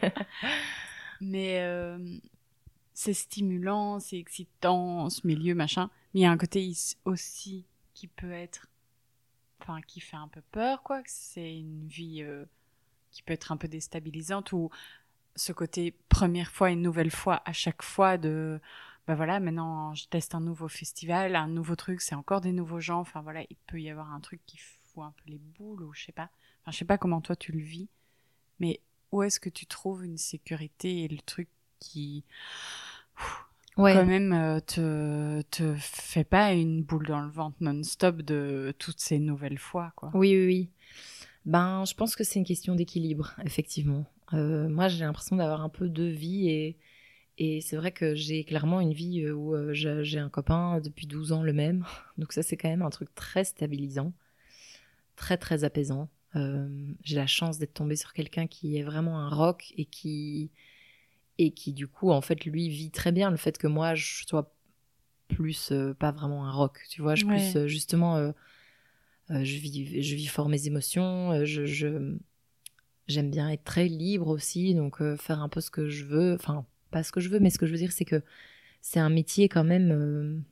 Mais c'est stimulant, c'est excitant, ce milieu, machin. Mais il y a un côté aussi qui peut être... Enfin, qui fait un peu peur, quoi. C'est une vie qui peut être un peu déstabilisante ou ce côté première fois et nouvelle fois à chaque fois de... Ben voilà, maintenant, je teste un nouveau festival, un nouveau truc, c'est encore des nouveaux gens. Enfin, voilà, il peut y avoir un truc qui fout un peu les boules ou je sais pas. Enfin, je sais pas comment toi, tu le vis. Mais où est-ce que tu trouves une sécurité et le truc qui... quand même te fait pas une boule dans le ventre non-stop de toutes ces nouvelles fois, quoi. Oui. Ben, je pense que c'est une question d'équilibre, effectivement. Moi, j'ai l'impression d'avoir un peu deux vies et c'est vrai que j'ai clairement une vie où j'ai un copain depuis 12 ans, le même. Donc ça, c'est quand même un truc très stabilisant, très, très apaisant. J'ai la chance d'être tombée sur quelqu'un qui est vraiment un rock et qui du coup, en fait, lui vit très bien le fait que moi, je sois plus pas vraiment un rock, tu vois, plus justement, je vis fort mes émotions, j'aime bien être très libre aussi, donc faire un peu ce que je veux, enfin, pas ce que je veux, mais ce que je veux dire, c'est que c'est un métier quand même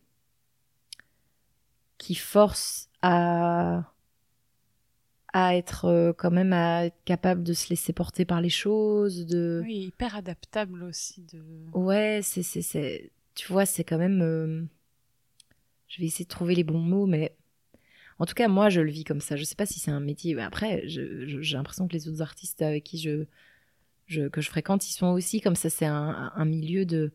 qui force à être quand même à être capable de se laisser porter par les choses, Oui, hyper adaptable aussi Ouais, tu vois, c'est quand même je vais essayer de trouver les bons mots, mais en tout cas moi je le vis comme ça. Je sais pas si c'est un métier, mais après j'ai l'impression que les autres artistes avec qui que je fréquente, ils sont aussi comme ça. C'est un milieu de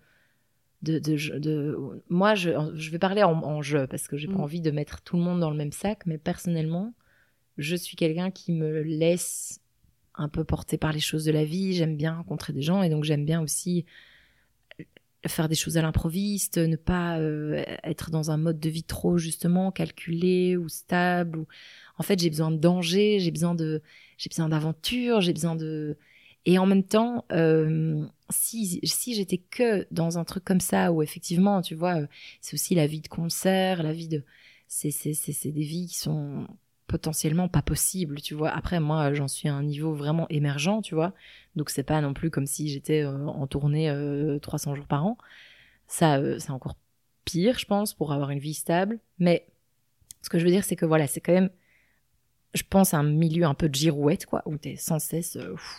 moi je vais parler en jeu parce que j'ai pas envie de mettre tout le monde dans le même sac, mais personnellement je suis quelqu'un qui me laisse un peu porter par les choses de la vie. J'aime bien rencontrer des gens et donc j'aime bien aussi faire des choses à l'improviste, ne pas être dans un mode de vie trop justement calculé ou stable. En fait, j'ai besoin de danger, j'ai besoin d'aventure, j'ai besoin de... Et en même temps, si j'étais que dans un truc comme ça, où effectivement, tu vois, c'est aussi la vie de concert, la vie de... C'est des vies qui sont potentiellement pas possibles, tu vois. Après, moi, j'en suis à un niveau vraiment émergent, tu vois. Donc, c'est pas non plus comme si j'étais en tournée 300 jours par an. Ça, c'est encore pire, je pense, pour avoir une vie stable. Mais ce que je veux dire, c'est que voilà, c'est quand même, je pense, un milieu un peu de girouette, quoi, où t'es sans cesse...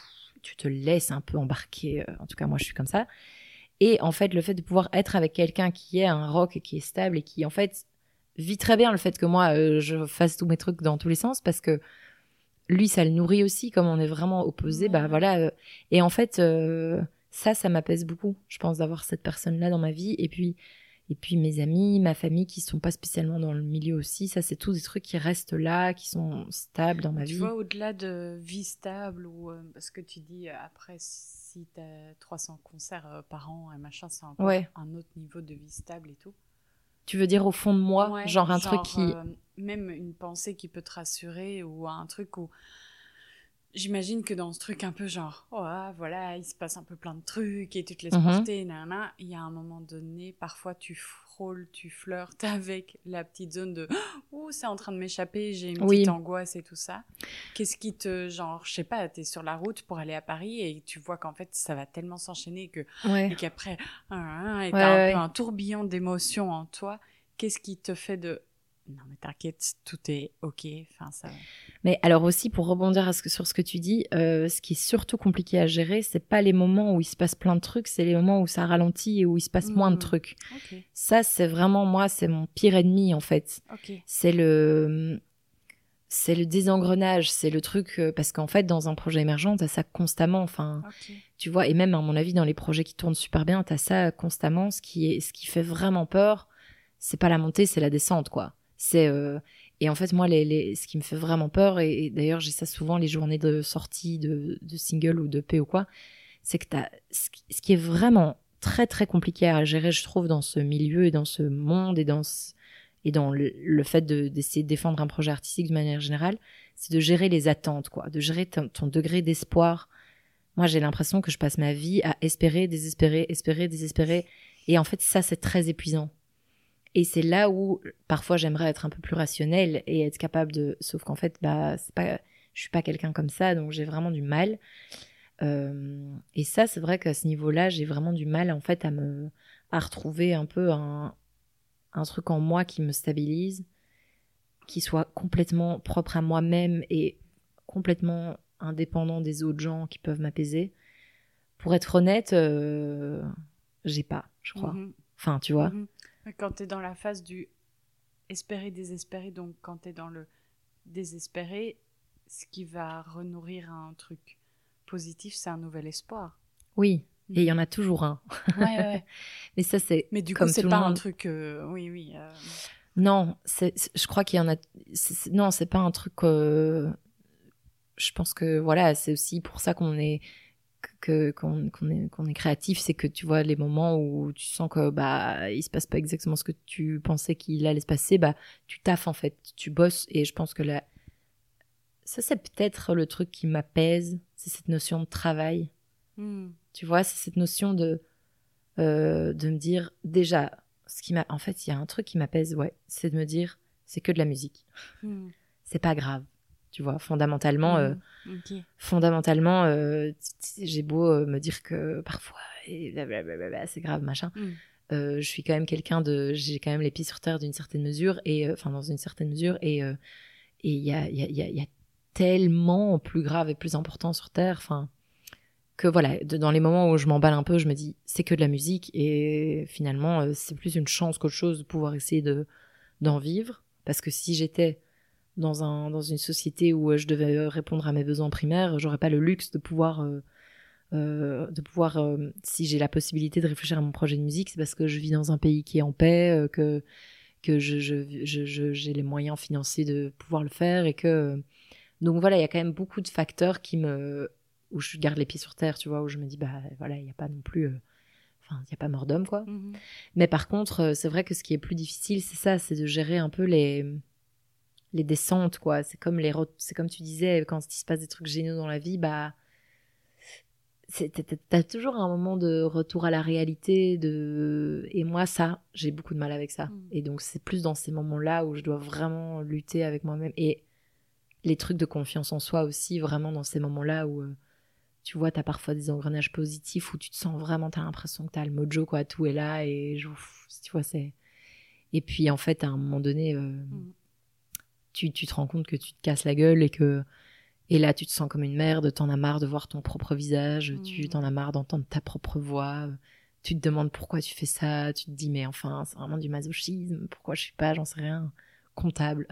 te laisses un peu embarquer. En tout cas, moi, je suis comme ça. Et en fait, le fait de pouvoir être avec quelqu'un qui est un rock et qui est stable et qui, en fait, vit très bien le fait que moi, je fasse tous mes trucs dans tous les sens parce que lui, ça le nourrit aussi, comme on est vraiment opposés, bah voilà. Et en fait, ça m'apaise beaucoup, je pense, d'avoir cette personne-là dans ma vie. Et puis mes amis, ma famille qui sont pas spécialement dans le milieu aussi, ça, c'est tous des trucs qui restent là, qui sont stables dans ma vie. Tu vois, au-delà de vie stable, ou parce que tu dis, après, si tu as 300 concerts par an et machin, c'est encore un autre niveau de vie stable et tout. Tu veux dire au fond de moi, genre un truc qui... même une pensée qui peut te rassurer, ou un truc où... J'imagine que dans ce truc un peu genre, voilà, il se passe un peu plein de trucs et tu te laisses porter, nanana, il y a un moment donné, parfois tu frôles, tu flirtes avec la petite zone de « Ouh, c'est en train de m'échapper, j'ai une petite angoisse et tout ça ». Qu'est-ce qui te... Genre, je sais pas, t'es sur la route pour aller à Paris et tu vois qu'en fait, ça va tellement s'enchaîner et qu'après, et t'as un peu un tourbillon d'émotions en toi. Qu'est-ce qui te fait de... Non, mais t'inquiète, tout est OK. Enfin, ça... Mais alors aussi, pour rebondir sur ce que tu dis, ce qui est surtout compliqué à gérer, c'est pas les moments où il se passe plein de trucs, c'est les moments où ça ralentit et où il se passe moins de trucs. Okay. Ça, c'est vraiment, moi, c'est mon pire ennemi, en fait. Okay. C'est le désengrenage, c'est le truc... parce qu'en fait, dans un projet émergent, t'as ça constamment, enfin... Tu vois, et même, à mon avis, dans les projets qui tournent super bien, t'as ça constamment. Ce qui fait vraiment peur, c'est pas la montée, c'est la descente, quoi. Et en fait, moi, ce qui me fait vraiment peur, et d'ailleurs, j'ai ça souvent les journées de sortie de single ou de EP ou quoi, c'est que ce qui est vraiment très, très compliqué à gérer, je trouve, dans ce milieu et dans ce monde et dans le fait d'essayer de défendre un projet artistique de manière générale, c'est de gérer les attentes, quoi, de gérer ton degré d'espoir. Moi, j'ai l'impression que je passe ma vie à espérer, désespérer, espérer, désespérer. Et en fait, ça, c'est très épuisant. Et c'est là où, parfois, j'aimerais être un peu plus rationnelle et être capable de... Sauf qu'en fait, je suis pas quelqu'un comme ça, donc j'ai vraiment du mal. Et ça, c'est vrai qu'à ce niveau-là, j'ai vraiment du mal, en fait, à retrouver un peu un truc en moi qui me stabilise, qui soit complètement propre à moi-même et complètement indépendant des autres gens qui peuvent m'apaiser. Pour être honnête, j'ai pas, je crois. Enfin, tu vois. Quand t'es dans la phase du espérer, désespérer, donc quand t'es dans le désespérer, ce qui va renourrir un truc positif, c'est un nouvel espoir. Oui, et il y en a toujours un. Ouais. Mais ça, c'est... Mais du coup, comme c'est tout pas le monde. un truc... Oui. Non, je crois qu'il y en a... Non, c'est pas un truc... Je pense que, voilà, c'est aussi pour ça qu'on est créatif, c'est que tu vois les moments où tu sens que il se passe pas exactement ce que tu pensais qu'il allait se passer, tu taffes en fait, tu bosses, et je pense que ça c'est peut-être le truc qui m'apaise, c'est cette notion de travail. Tu vois, c'est cette notion de me dire déjà en fait, il y a un truc qui m'apaise, c'est de me dire c'est que de la musique. C'est pas grave. Tu vois, fondamentalement, j'ai beau me dire que parfois, c'est grave, machin. Je suis quand même j'ai quand même les pieds sur terre d'une certaine mesure, dans une certaine mesure, et il y a tellement plus grave et plus important sur terre, que voilà, dans les moments où je m'emballe un peu, je me dis, c'est que de la musique, et finalement, c'est plus une chance qu'autre chose de pouvoir essayer d'en vivre, parce que si j'étais dans une société où je devais répondre à mes besoins primaires, j'aurais pas le luxe de pouvoir si j'ai la possibilité de réfléchir à mon projet de musique, c'est parce que je vis dans un pays qui est en paix, que j'ai les moyens financiers de pouvoir le faire, et que donc voilà, il y a quand même beaucoup de facteurs où je garde les pieds sur terre, tu vois, où je me dis voilà, il y a pas non plus il y a pas mort d'homme, quoi. Mais par contre, c'est vrai que ce qui est plus difficile, c'est ça, c'est de gérer un peu les descentes, quoi. C'est comme tu disais, quand il se passe des trucs géniaux dans la vie, t'as toujours un moment de retour à la réalité, et moi, ça, j'ai beaucoup de mal avec ça. Et donc, c'est plus dans ces moments-là où je dois vraiment lutter avec moi-même. Et les trucs de confiance en soi aussi, vraiment dans ces moments-là où, tu vois, t'as parfois des engrenages positifs où tu te sens vraiment, t'as l'impression que t'as le mojo, quoi, tout est là, et tu vois, Et puis, en fait, à un moment donné... tu te rends compte que tu te casses la gueule, et que Et là, tu te sens comme une merde, t'en as marre de voir ton propre visage, tu t'en as marre d'entendre ta propre voix, tu te demandes pourquoi tu fais ça, tu te dis mais enfin, c'est vraiment du masochisme, pourquoi je suis pas, j'en sais rien, comptable.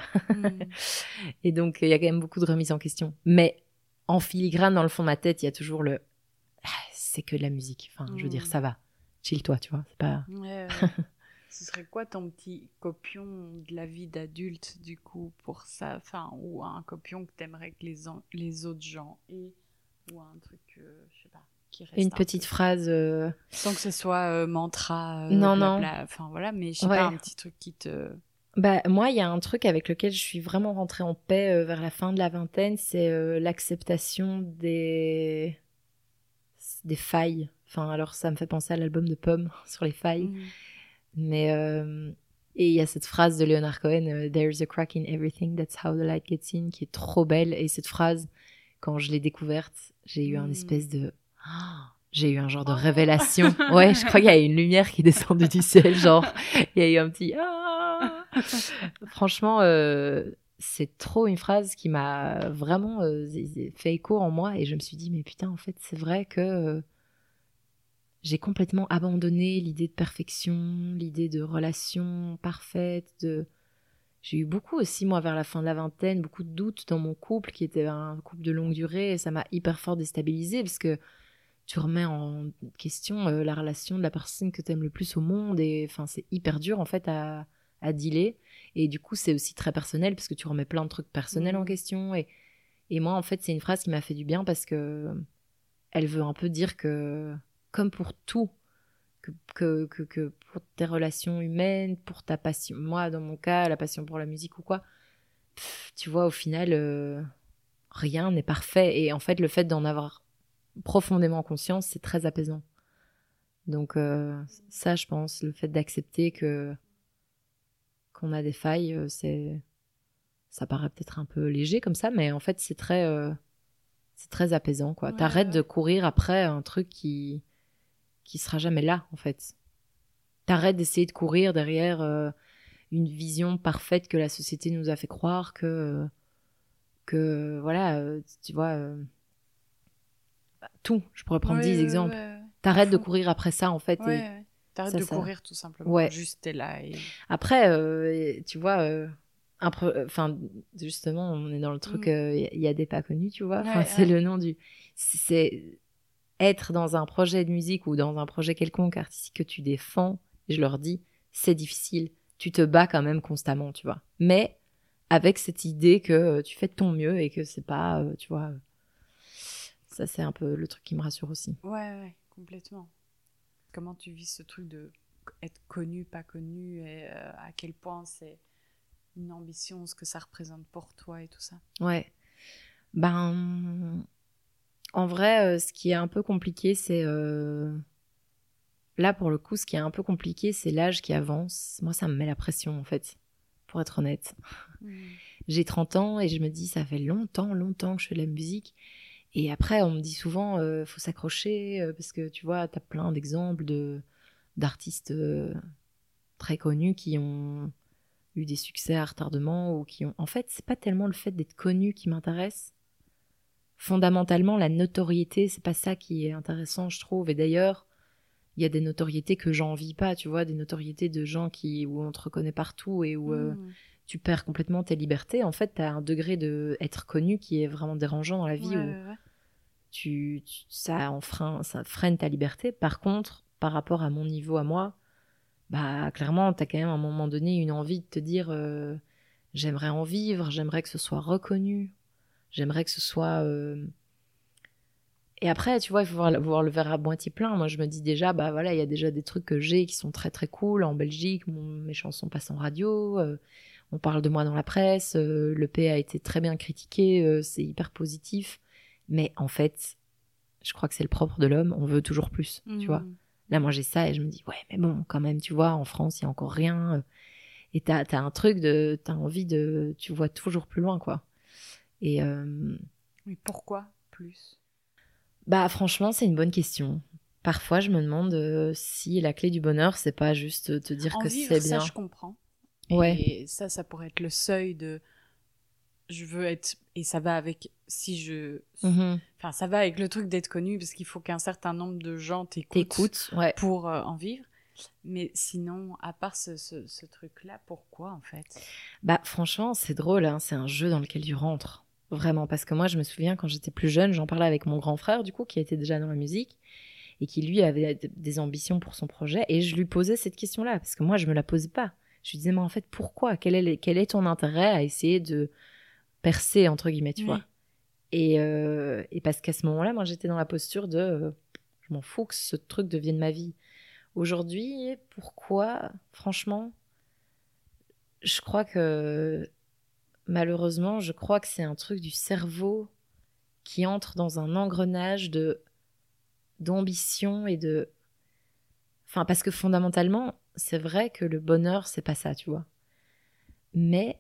Et donc, il y a quand même beaucoup de remises en question. Mais en filigrane, dans le fond de ma tête, il y a toujours le c'est que de la musique. Enfin, je veux dire, ça va. Chill-toi, tu vois. C'est pas... Ce serait quoi ton petit copion de la vie d'adulte, du coup, pour ça, enfin, ou un copion que t'aimerais que les autres gens aient, ou un truc, je sais pas, qui reste Une petite phrase... Sans que ce soit mantra, non, blabla, enfin voilà, mais je sais pas, un petit truc qui te... Bah, moi, il y a un truc avec lequel je suis vraiment rentrée en paix vers la fin de la vingtaine, c'est l'acceptation des failles. Enfin, alors ça me fait penser à l'album de Pomme sur les failles. Mais et il y a cette phrase de Leonard Cohen, There's a crack in everything, that's how the light gets in, qui est trop belle. Et cette phrase, quand je l'ai découverte, j'ai eu un espèce de... j'ai eu un genre de révélation. Ouais, je crois qu'il y a une lumière qui est descendue du ciel, genre. Il y a eu un petit... Franchement, c'est trop une phrase qui m'a vraiment fait écho en moi. Et je me suis dit, mais putain, en fait, c'est vrai que... j'ai complètement abandonné l'idée de perfection, l'idée de relation parfaite. J'ai eu beaucoup aussi, moi, vers la fin de la vingtaine, beaucoup de doutes dans mon couple, qui était un couple de longue durée, et ça m'a hyper fort déstabilisée, parce que tu remets en question la relation de la personne que tu aimes le plus au monde, et enfin, c'est hyper dur, en fait, à dealer. Et du coup, c'est aussi très personnel, parce que tu remets plein de trucs personnels en question. Et moi, en fait, c'est une phrase qui m'a fait du bien, parce que elle veut un peu dire que... comme pour tout, que pour tes relations humaines, pour ta passion. Moi, dans mon cas, la passion pour la musique ou quoi, tu vois, au final, rien n'est parfait. Et en fait, le fait d'en avoir profondément conscience, c'est très apaisant. Donc ça, je pense, le fait d'accepter qu'on a des failles, ça paraît peut-être un peu léger comme ça, mais en fait, c'est très apaisant, quoi. T'arrêtes de courir après un truc qui sera jamais là, en fait. T'arrêtes d'essayer de courir derrière une vision parfaite que la société nous a fait croire que voilà, tu vois, tout. Je pourrais prendre 10 exemples. T'arrêtes de courir après ça, en fait. T'arrêtes de courir, tout simplement. Juste, t'es là. Et... Après, tu vois... enfin, justement, on est dans le truc, il y a des pas connus, tu vois. Enfin, c'est le nom du... C'est être dans un projet de musique ou dans un projet quelconque artistique que tu défends, je leur dis, c'est difficile. Tu te bats quand même constamment, tu vois. Mais avec cette idée que tu fais de ton mieux et que c'est pas, tu vois... ça, c'est un peu le truc qui me rassure aussi. Ouais, complètement. Comment tu vis ce truc de être connu, pas connu, et à quel point c'est une ambition, ce que ça représente pour toi et tout ça. Ouais. Ben... En vrai, ce qui est un peu compliqué, c'est... Là, pour le coup, ce qui est un peu compliqué, c'est l'âge qui avance. Moi, ça me met la pression, en fait, pour être honnête. J'ai 30 ans et je me dis, ça fait longtemps que je fais de la musique. Et après, on me dit souvent, faut s'accrocher, parce que, tu vois, t'as plein d'exemples d'artistes très connus qui ont eu des succès à retardement ou qui ont... En fait, c'est pas tellement le fait d'être connu qui m'intéresse. Fondamentalement, la notoriété, c'est pas ça qui est intéressant, je trouve. Et d'ailleurs, il y a des notoriétés que j'envie pas, tu vois, des notoriétés de gens où on te reconnaît partout et où tu perds complètement tes libertés. En fait, t'as un degré d'être connu qui est vraiment dérangeant dans la vie où ça freine ta liberté. Par contre, par rapport à mon niveau à moi, bah clairement, t'as quand même à un moment donné une envie de te dire j'aimerais en vivre, j'aimerais que ce soit reconnu. J'aimerais que ce soit... Et après, tu vois, il faut voir le verre à moitié plein. Moi, je me dis déjà, bah voilà, il y a déjà des trucs que j'ai qui sont très très cool. En Belgique, mes chansons passent en radio, on parle de moi dans la presse, l'EP a été très bien critiqué, c'est hyper positif. Mais en fait, je crois que c'est le propre de l'homme, on veut toujours plus, tu vois. Là, moi, j'ai ça et je me dis, ouais, mais bon, quand même, tu vois, en France, il y a encore rien. Et t'as un truc t'as envie de... Tu vois toujours plus loin, quoi. Mais pourquoi plus ? Bah franchement, c'est une bonne question. Parfois, je me demande si la clé du bonheur, c'est pas juste te dire que c'est bien. Ça, je comprends. Ouais. Et ça pourrait être le seuil de je veux être... Et ça va avec... Mhm. Enfin, ça va avec le truc d'être connu, parce qu'il faut qu'un certain nombre de gens T'écoutes, ouais. pour en vivre. Mais sinon, à part ce truc-là, pourquoi, en fait? Bah, franchement, c'est drôle, hein, c'est un jeu dans lequel tu rentres. Vraiment, parce que moi, je me souviens, quand j'étais plus jeune, j'en parlais avec mon grand frère, du coup, qui était déjà dans la musique, et qui, lui, avait des ambitions pour son projet, et je lui posais cette question-là, parce que moi, je me la posais pas. Je lui disais, mais en fait, pourquoi? Quel est ton intérêt à essayer de percer, entre guillemets, tu vois? Et parce qu'à ce moment-là, moi, j'étais dans la posture de je m'en fous que ce truc devienne ma vie. Aujourd'hui, pourquoi? Franchement, je crois que malheureusement, je crois que c'est un truc du cerveau qui entre dans un engrenage d'ambition et de... Enfin, parce que fondamentalement, c'est vrai que le bonheur, c'est pas ça, tu vois. Mais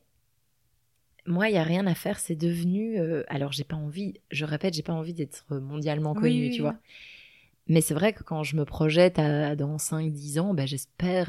moi, il n'y a rien à faire, c'est devenu... alors, j'ai pas envie, je répète, j'ai pas envie d'être mondialement connue, tu vois. Mais c'est vrai que quand je me projette dans 5-10 ans, ben, j'espère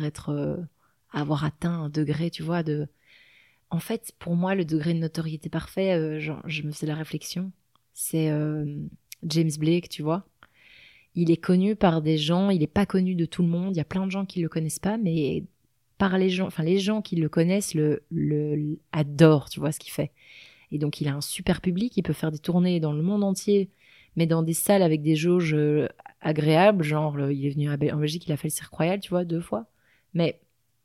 avoir atteint un degré, tu vois, de... En fait, pour moi, le degré de notoriété parfait, je me faisais la réflexion, c'est James Blake, tu vois. Il est connu par des gens, il n'est pas connu de tout le monde, il y a plein de gens qui ne le connaissent pas, mais par les gens qui le connaissent le adorent, tu vois, ce qu'il fait. Et donc, il a un super public, il peut faire des tournées dans le monde entier, mais dans des salles avec des jauges agréables, genre, il est venu en Belgique, il a fait le Cirque Royal, tu vois, 2 fois. Mais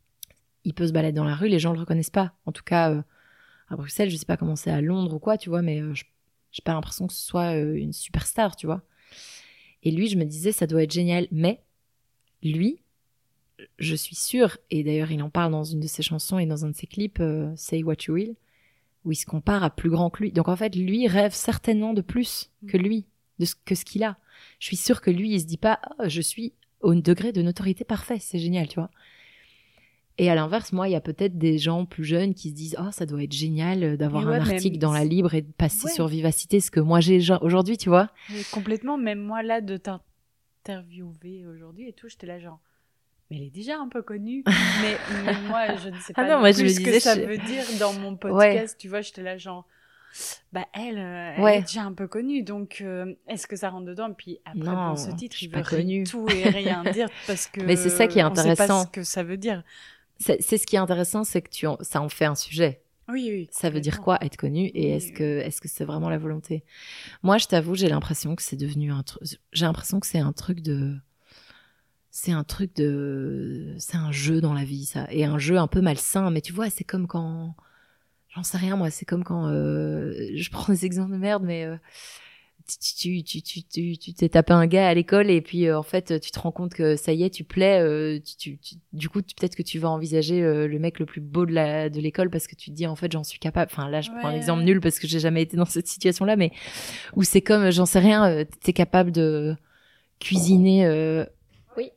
il peut se balader dans la rue, les gens le reconnaissent pas. En tout cas, à Bruxelles, je sais pas comment c'est à Londres ou quoi, tu vois, mais j'ai pas l'impression que ce soit une superstar, tu vois. Et lui, je me disais, ça doit être génial. Mais lui, je suis sûre, et d'ailleurs, il en parle dans une de ses chansons et dans un de ses clips, Say What You Will, où il se compare à plus grand que lui. Donc en fait, lui rêve certainement de plus que lui, que ce qu'il a. Je suis sûre que lui, il se dit pas, oh, je suis au degré de notoriété parfait, c'est génial, tu vois. Et à l'inverse, moi, il y a peut-être des gens plus jeunes qui se disent « Oh, ça doit être génial d'avoir un article dans la Libre et de passer sur Vivacité, ce que moi j'ai aujourd'hui, tu vois. » Complètement, même moi, là, de t'interviewer aujourd'hui et tout, j'étais là genre « Mais elle est déjà un peu connue. » mais moi, je ne sais pas ce que ça veut dire dans mon podcast, tu vois, j'étais là genre « Bah, elle est déjà un peu connue, donc est-ce que ça rentre dedans » Puis après, non, ce titre, il veut tout et rien dire parce que mais c'est ça qui est intéressant. On sait pas ce que ça veut dire. C'est ce qui est intéressant, c'est que ça en fait un sujet. Oui. Ça veut dire quoi, être connu, et est-ce que c'est vraiment la volonté? Moi, je t'avoue, j'ai l'impression que c'est devenu j'ai l'impression que c'est un jeu dans la vie, ça. Et un jeu un peu malsain, mais tu vois, c'est comme quand... J'en sais rien, moi, c'est comme quand... je prends des exemples de merde, mais... tu t'es tapé un gars à l'école et puis en fait tu te rends compte que ça y est tu plais, du coup peut-être que tu vas envisager le mec le plus beau de l'école parce que tu te dis en fait j'en suis capable. Enfin là je prends un exemple nul parce que j'ai jamais été dans cette situation là, mais où c'est comme j'en sais rien, t'es capable de cuisiner. Oui.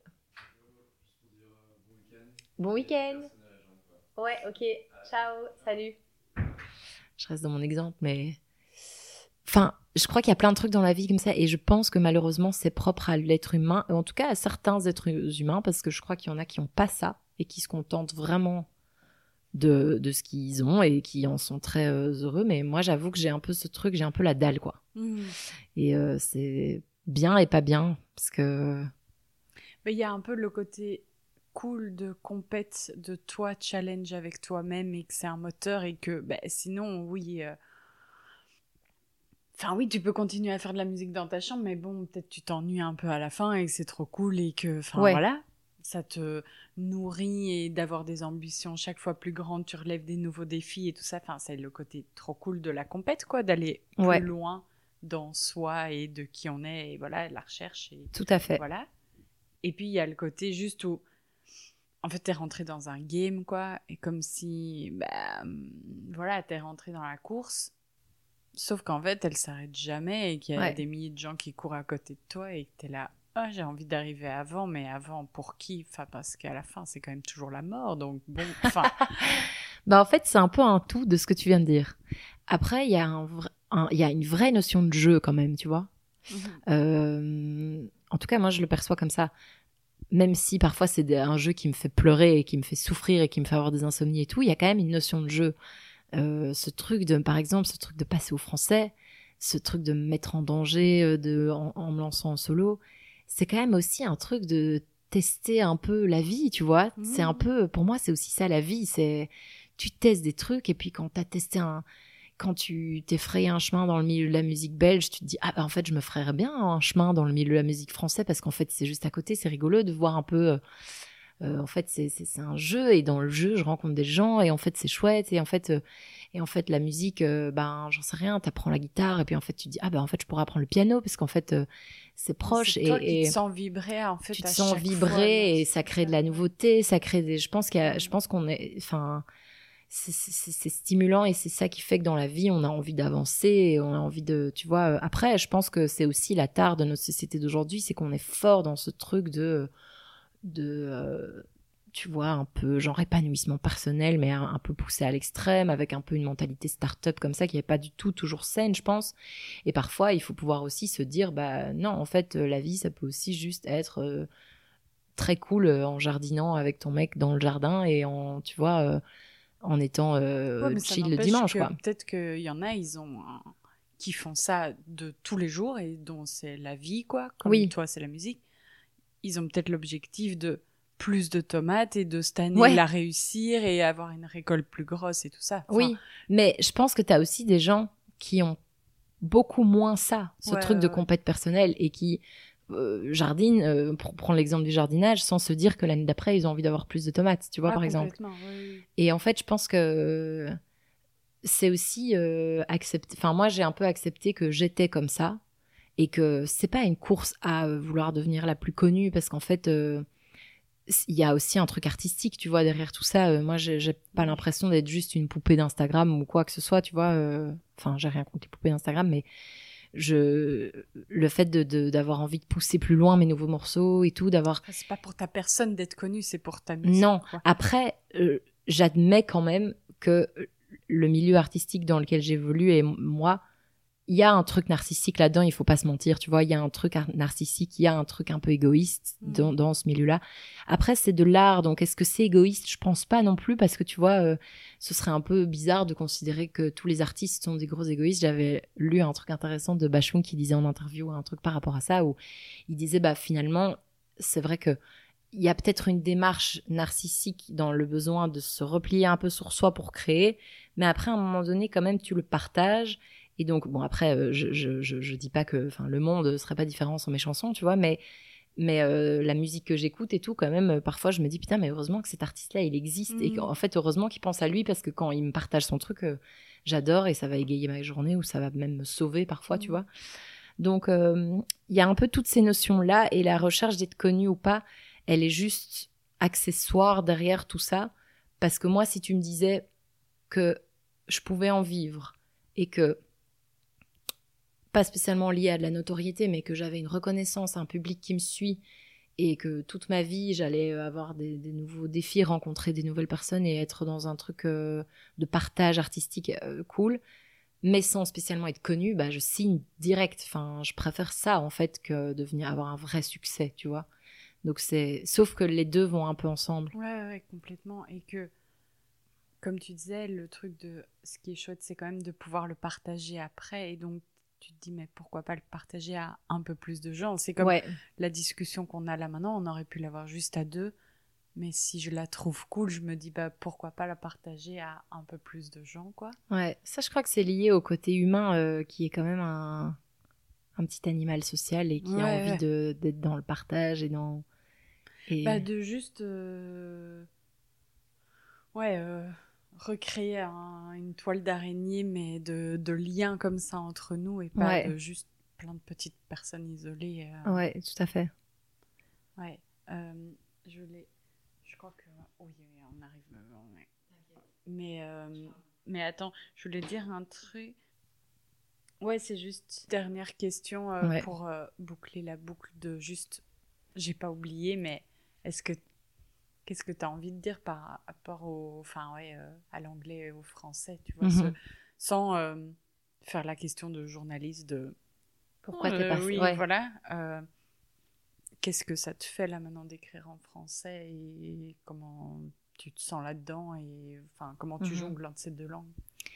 Bon week-end. Ouais, ok. Ciao, salut. Je reste dans mon exemple, mais enfin, je crois qu'il y a plein de trucs dans la vie comme ça, et je pense que malheureusement, c'est propre à l'être humain, en tout cas à certains êtres humains, parce que je crois qu'il y en a qui n'ont pas ça, et qui se contentent vraiment de ce qu'ils ont, et qui en sont très heureux. Mais moi, j'avoue que j'ai un peu ce truc, j'ai un peu la dalle, quoi. Et c'est bien et pas bien, parce que... Mais il y a un peu le côté cool de compète, de toi, challenge avec toi-même, et que c'est un moteur, et que sinon, oui... Enfin oui, tu peux continuer à faire de la musique dans ta chambre, mais bon, peut-être tu t'ennuies un peu à la fin et que c'est trop cool et que, voilà, ça te nourrit, et d'avoir des ambitions chaque fois plus grandes, tu relèves des nouveaux défis et tout ça. Enfin, c'est le côté trop cool de la compète, quoi, d'aller plus loin dans soi et de qui on est, et voilà, la recherche. Et, tout à fait. Voilà. Et puis il y a le côté juste où, en fait, t'es rentré dans un game, quoi, et comme si, voilà, t'es rentré dans la course. Sauf qu'en fait, elle s'arrête jamais et qu'il y a des milliers de gens qui courent à côté de toi et que t'es là, j'ai envie d'arriver avant, mais avant, pour qui? Enfin, parce qu'à la fin, c'est quand même toujours la mort, donc bon, enfin... En fait, c'est un peu un tout de ce que tu viens de dire. Après, il y a il y a une vraie notion de jeu quand même, tu vois. En tout cas, moi, je le perçois comme ça. Même si parfois, c'est un jeu qui me fait pleurer et qui me fait souffrir et qui me fait avoir des insomnies et tout, il y a quand même une notion de jeu. ce truc de, par exemple, ce truc de passer au français, ce truc de me mettre en danger en me lançant en solo, c'est quand même aussi un truc de tester un peu la vie, tu vois. C'est un peu, pour moi, c'est aussi ça la vie, c'est tu testes des trucs et puis quand tu t'es frayé un chemin dans le milieu de la musique belge, tu te dis en fait je me ferais bien un chemin dans le milieu de la musique française parce qu'en fait c'est juste à côté, c'est rigolo de voir un peu en fait c'est un jeu et dans le jeu je rencontre des gens et en fait c'est chouette et en fait la musique j'en sais rien, t'apprends la guitare et puis en fait tu te dis en fait je pourrais apprendre le piano parce qu'en fait c'est proche c'est toi qui et te sens vibrer en fait tu te à sens chaque vibrer fois, et ça crée de la nouveauté, ça crée des je pense qu'on est enfin c'est stimulant et c'est ça qui fait que dans la vie on a envie d'avancer et on a envie de tu vois après je pense que c'est aussi la tare de notre société d'aujourd'hui, c'est qu'on est fort dans ce truc de tu vois un peu genre épanouissement personnel mais un peu poussé à l'extrême avec un peu une mentalité start-up comme ça qui est pas du tout toujours saine je pense et parfois il faut pouvoir aussi se dire non en fait la vie ça peut aussi juste être très cool en jardinant avec ton mec dans le jardin et en tu vois en étant ouais, mais ça chill le n'empêche dimanche, que quoi. peut-être qu'il y en a, qui font ça de tous les jours et dont c'est la vie, quoi. Comme Oui. toi, c'est la musique. Ils ont peut-être l'objectif de plus de tomates et de cette année Ouais. la réussir et avoir une récolte plus grosse et tout ça. Enfin, Oui, mais je pense que tu as aussi des gens qui ont beaucoup moins ça, ce Ouais, truc de ouais. compète personnelle et qui jardinent, pour prendre l'exemple du jardinage, sans se dire que l'année d'après, ils ont envie d'avoir plus de tomates, tu vois, par exemple. complètement, oui. Et en fait, je pense que c'est aussi accepter. Enfin, moi, j'ai un peu accepté que j'étais comme ça et que c'est pas une course à vouloir devenir la plus connue parce qu'en fait, il y a aussi un truc artistique, tu vois, derrière tout ça. Moi, j'ai pas l'impression d'être juste une poupée d'Instagram ou quoi que ce soit, tu vois. Enfin, j'ai rien contre les poupées d'Instagram, mais le fait d'avoir envie de pousser plus loin mes nouveaux morceaux et tout, d'avoir. C'est pas pour ta personne d'être connue, c'est pour ta musique. Non. Quoi. Après, j'admets quand même que le milieu artistique dans lequel j'évolue et moi, il y a un truc narcissique là-dedans, il faut pas se mentir, tu vois, il y a un truc narcissique, il y a un truc un peu égoïste dans ce milieu-là. Après, c'est de l'art, donc est-ce que c'est égoïste? Je pense pas non plus, parce que tu vois, ce serait un peu bizarre de considérer que tous les artistes sont des gros égoïstes. J'avais lu un truc intéressant de Bashung qui disait en interview un truc par rapport à ça, où il disait, finalement, c'est vrai que il y a peut-être une démarche narcissique dans le besoin de se replier un peu sur soi pour créer, mais après, à un moment donné, quand même, tu le partages. Et donc, bon, après, je dis pas que le monde serait pas différent sans mes chansons, tu vois, mais la musique que j'écoute et tout, quand même, parfois, je me dis, putain, mais heureusement que cet artiste-là, il existe. Et en fait, heureusement qu'il pense à lui, parce que quand il me partage son truc, j'adore et ça va égayer ma journée ou ça va même me sauver parfois, tu vois. Donc, il y a un peu toutes ces notions-là et la recherche d'être connue ou pas, elle est juste accessoire derrière tout ça. Parce que moi, si tu me disais que je pouvais en vivre et que pas spécialement lié à de la notoriété, mais que j'avais une reconnaissance, un public qui me suit, et que toute ma vie, j'allais avoir des nouveaux défis, rencontrer des nouvelles personnes et être dans un truc de partage artistique cool, mais sans spécialement être connue, je signe direct. Enfin, je préfère ça, en fait, que de venir avoir un vrai succès, tu vois. Donc sauf que les deux vont un peu ensemble. Ouais, complètement. Et que, comme tu disais, le truc de ce qui est chouette, c'est quand même de pouvoir le partager après. Et donc, tu te dis, mais pourquoi pas le partager à un peu plus de gens? C'est comme la discussion qu'on a là maintenant, on aurait pu l'avoir juste à deux. Mais si je la trouve cool, je me dis, pourquoi pas la partager à un peu plus de gens, quoi. Ouais, ça, je crois que c'est lié au côté humain qui est quand même un petit animal social et qui a envie d'être dans le partage et dans... de juste... recréer une toile d'araignée, mais de liens comme ça entre nous et pas de juste plein de petites personnes isolées. Ouais, tout à fait. Ouais. Je crois que... Oui, on arrive. Mais attends, je voulais dire un truc. Ouais, c'est juste dernière question pour boucler la boucle de juste... J'ai pas oublié, mais qu'est-ce que tu as envie de dire par rapport à l'anglais et au français, tu vois, sans faire la question de journaliste de... Pourquoi t'es passé... Oui, voilà. Qu'est-ce que ça te fait là maintenant d'écrire en français et comment tu te sens là-dedans et comment tu jongles entre ces deux langues?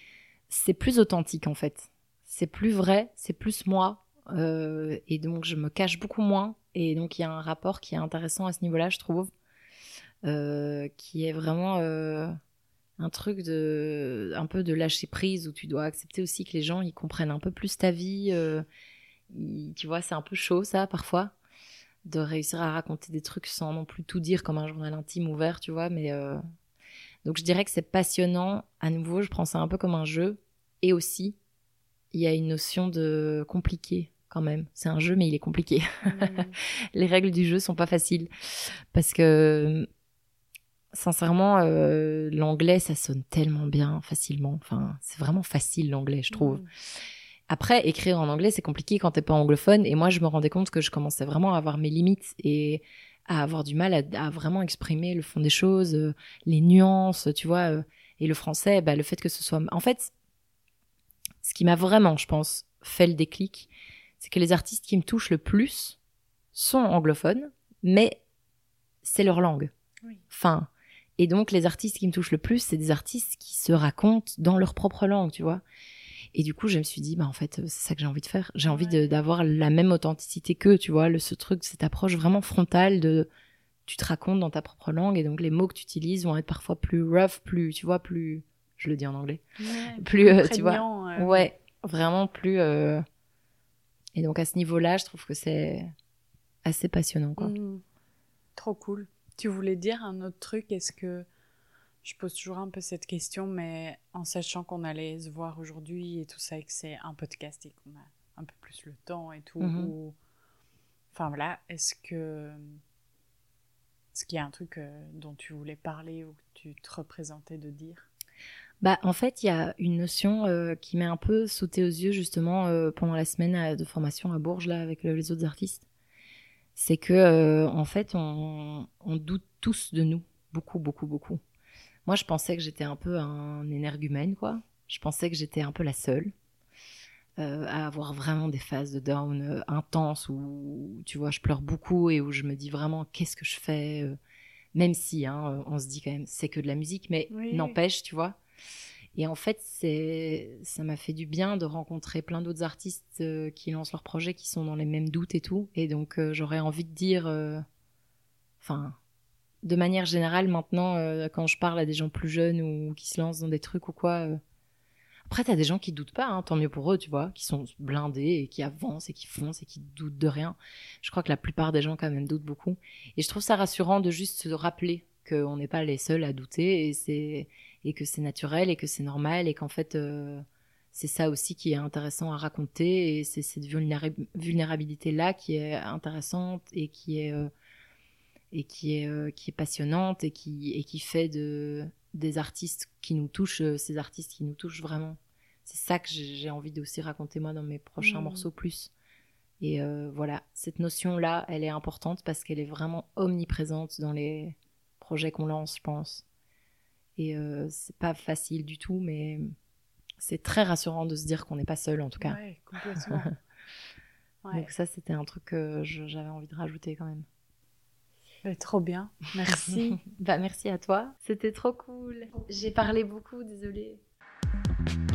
c'est plus authentique en fait. C'est plus vrai, c'est plus moi. Et donc, je me cache beaucoup moins. Et donc, il y a un rapport qui est intéressant à ce niveau-là, je trouve, qui est vraiment un truc un peu de lâcher prise, où tu dois accepter aussi que les gens, ils comprennent un peu plus ta vie. Tu vois, c'est un peu chaud, ça, parfois, de réussir à raconter des trucs sans non plus tout dire comme un journal intime ouvert, tu vois. Mais donc, je dirais que c'est passionnant. À nouveau, je prends ça un peu comme un jeu. Et aussi, il y a une notion de compliqué quand même. C'est un jeu, mais il est compliqué. Les règles du jeu sont pas faciles. Parce que, sincèrement, l'anglais, ça sonne tellement bien, facilement. Enfin, c'est vraiment facile, l'anglais, je trouve. Après, écrire en anglais, c'est compliqué quand t'es pas anglophone. Et moi, je me rendais compte que je commençais vraiment à avoir mes limites et à avoir du mal à vraiment exprimer le fond des choses, les nuances, tu vois. Et le français, le fait que ce soit... En fait, ce qui m'a vraiment, je pense, fait le déclic, c'est que les artistes qui me touchent le plus sont anglophones, mais c'est leur langue. Oui. Enfin, et donc, les artistes qui me touchent le plus, c'est des artistes qui se racontent dans leur propre langue, tu vois. Et du coup, je me suis dit, en fait, c'est ça que j'ai envie de faire. J'ai envie d'avoir la même authenticité qu'eux, tu vois, ce truc, cette approche vraiment frontale de... Tu te racontes dans ta propre langue, et donc les mots que tu utilises vont être parfois plus rough, plus, tu vois, plus... Je le dis en anglais. Ouais, plus tu vois. Ouais, vraiment plus... Et donc, à ce niveau-là, je trouve que c'est assez passionnant, quoi. Trop cool. Tu voulais dire un autre truc, est-ce que... Je pose toujours un peu cette question, mais en sachant qu'on allait se voir aujourd'hui et tout ça, et que c'est un podcast et qu'on a un peu plus le temps et tout, enfin voilà, est-ce qu'il y a un truc dont tu voulais parler ou que tu te représentais de dire ? En fait, il y a une notion qui m'est un peu sautée aux yeux justement pendant la semaine de formation à Bourges là avec les autres artistes. C'est que en fait, on doute tous de nous, beaucoup, beaucoup, beaucoup. Moi, je pensais que j'étais un peu un énergumène, quoi. Je pensais que j'étais un peu la seule à avoir vraiment des phases de down intenses où, tu vois, je pleure beaucoup et où je me dis vraiment qu'est-ce que je fais, même si, on se dit quand même, c'est que de la musique, mais n'empêche, tu vois. Et en fait, ça m'a fait du bien de rencontrer plein d'autres artistes qui lancent leurs projets, qui sont dans les mêmes doutes et tout. Et donc, j'aurais envie de dire... de manière générale, maintenant, quand je parle à des gens plus jeunes ou qui se lancent dans des trucs ou quoi... Après, t'as des gens qui doutent pas, tant mieux pour eux, tu vois, qui sont blindés et qui avancent et qui foncent et qui doutent de rien. Je crois que la plupart des gens, quand même, doutent beaucoup. Et je trouve ça rassurant de juste se rappeler qu'on n'est pas les seuls à douter et que c'est naturel et que c'est normal et qu'en fait, c'est ça aussi qui est intéressant à raconter et c'est cette vulnérabilité-là qui est intéressante et qui est passionnante et qui fait des artistes qui nous touchent, ces artistes qui nous touchent vraiment. C'est ça que j'ai envie de aussi raconter moi dans mes prochains morceaux plus. Et voilà, cette notion-là, elle est importante parce qu'elle est vraiment omniprésente dans les projets qu'on lance, je pense. Et c'est pas facile du tout, mais c'est très rassurant de se dire qu'on n'est pas seul en tout cas. Ouais, complètement. Donc ça, c'était un truc que j'avais envie de rajouter quand même. Trop bien, merci. Merci à toi, c'était trop cool. J'ai parlé beaucoup, désolée.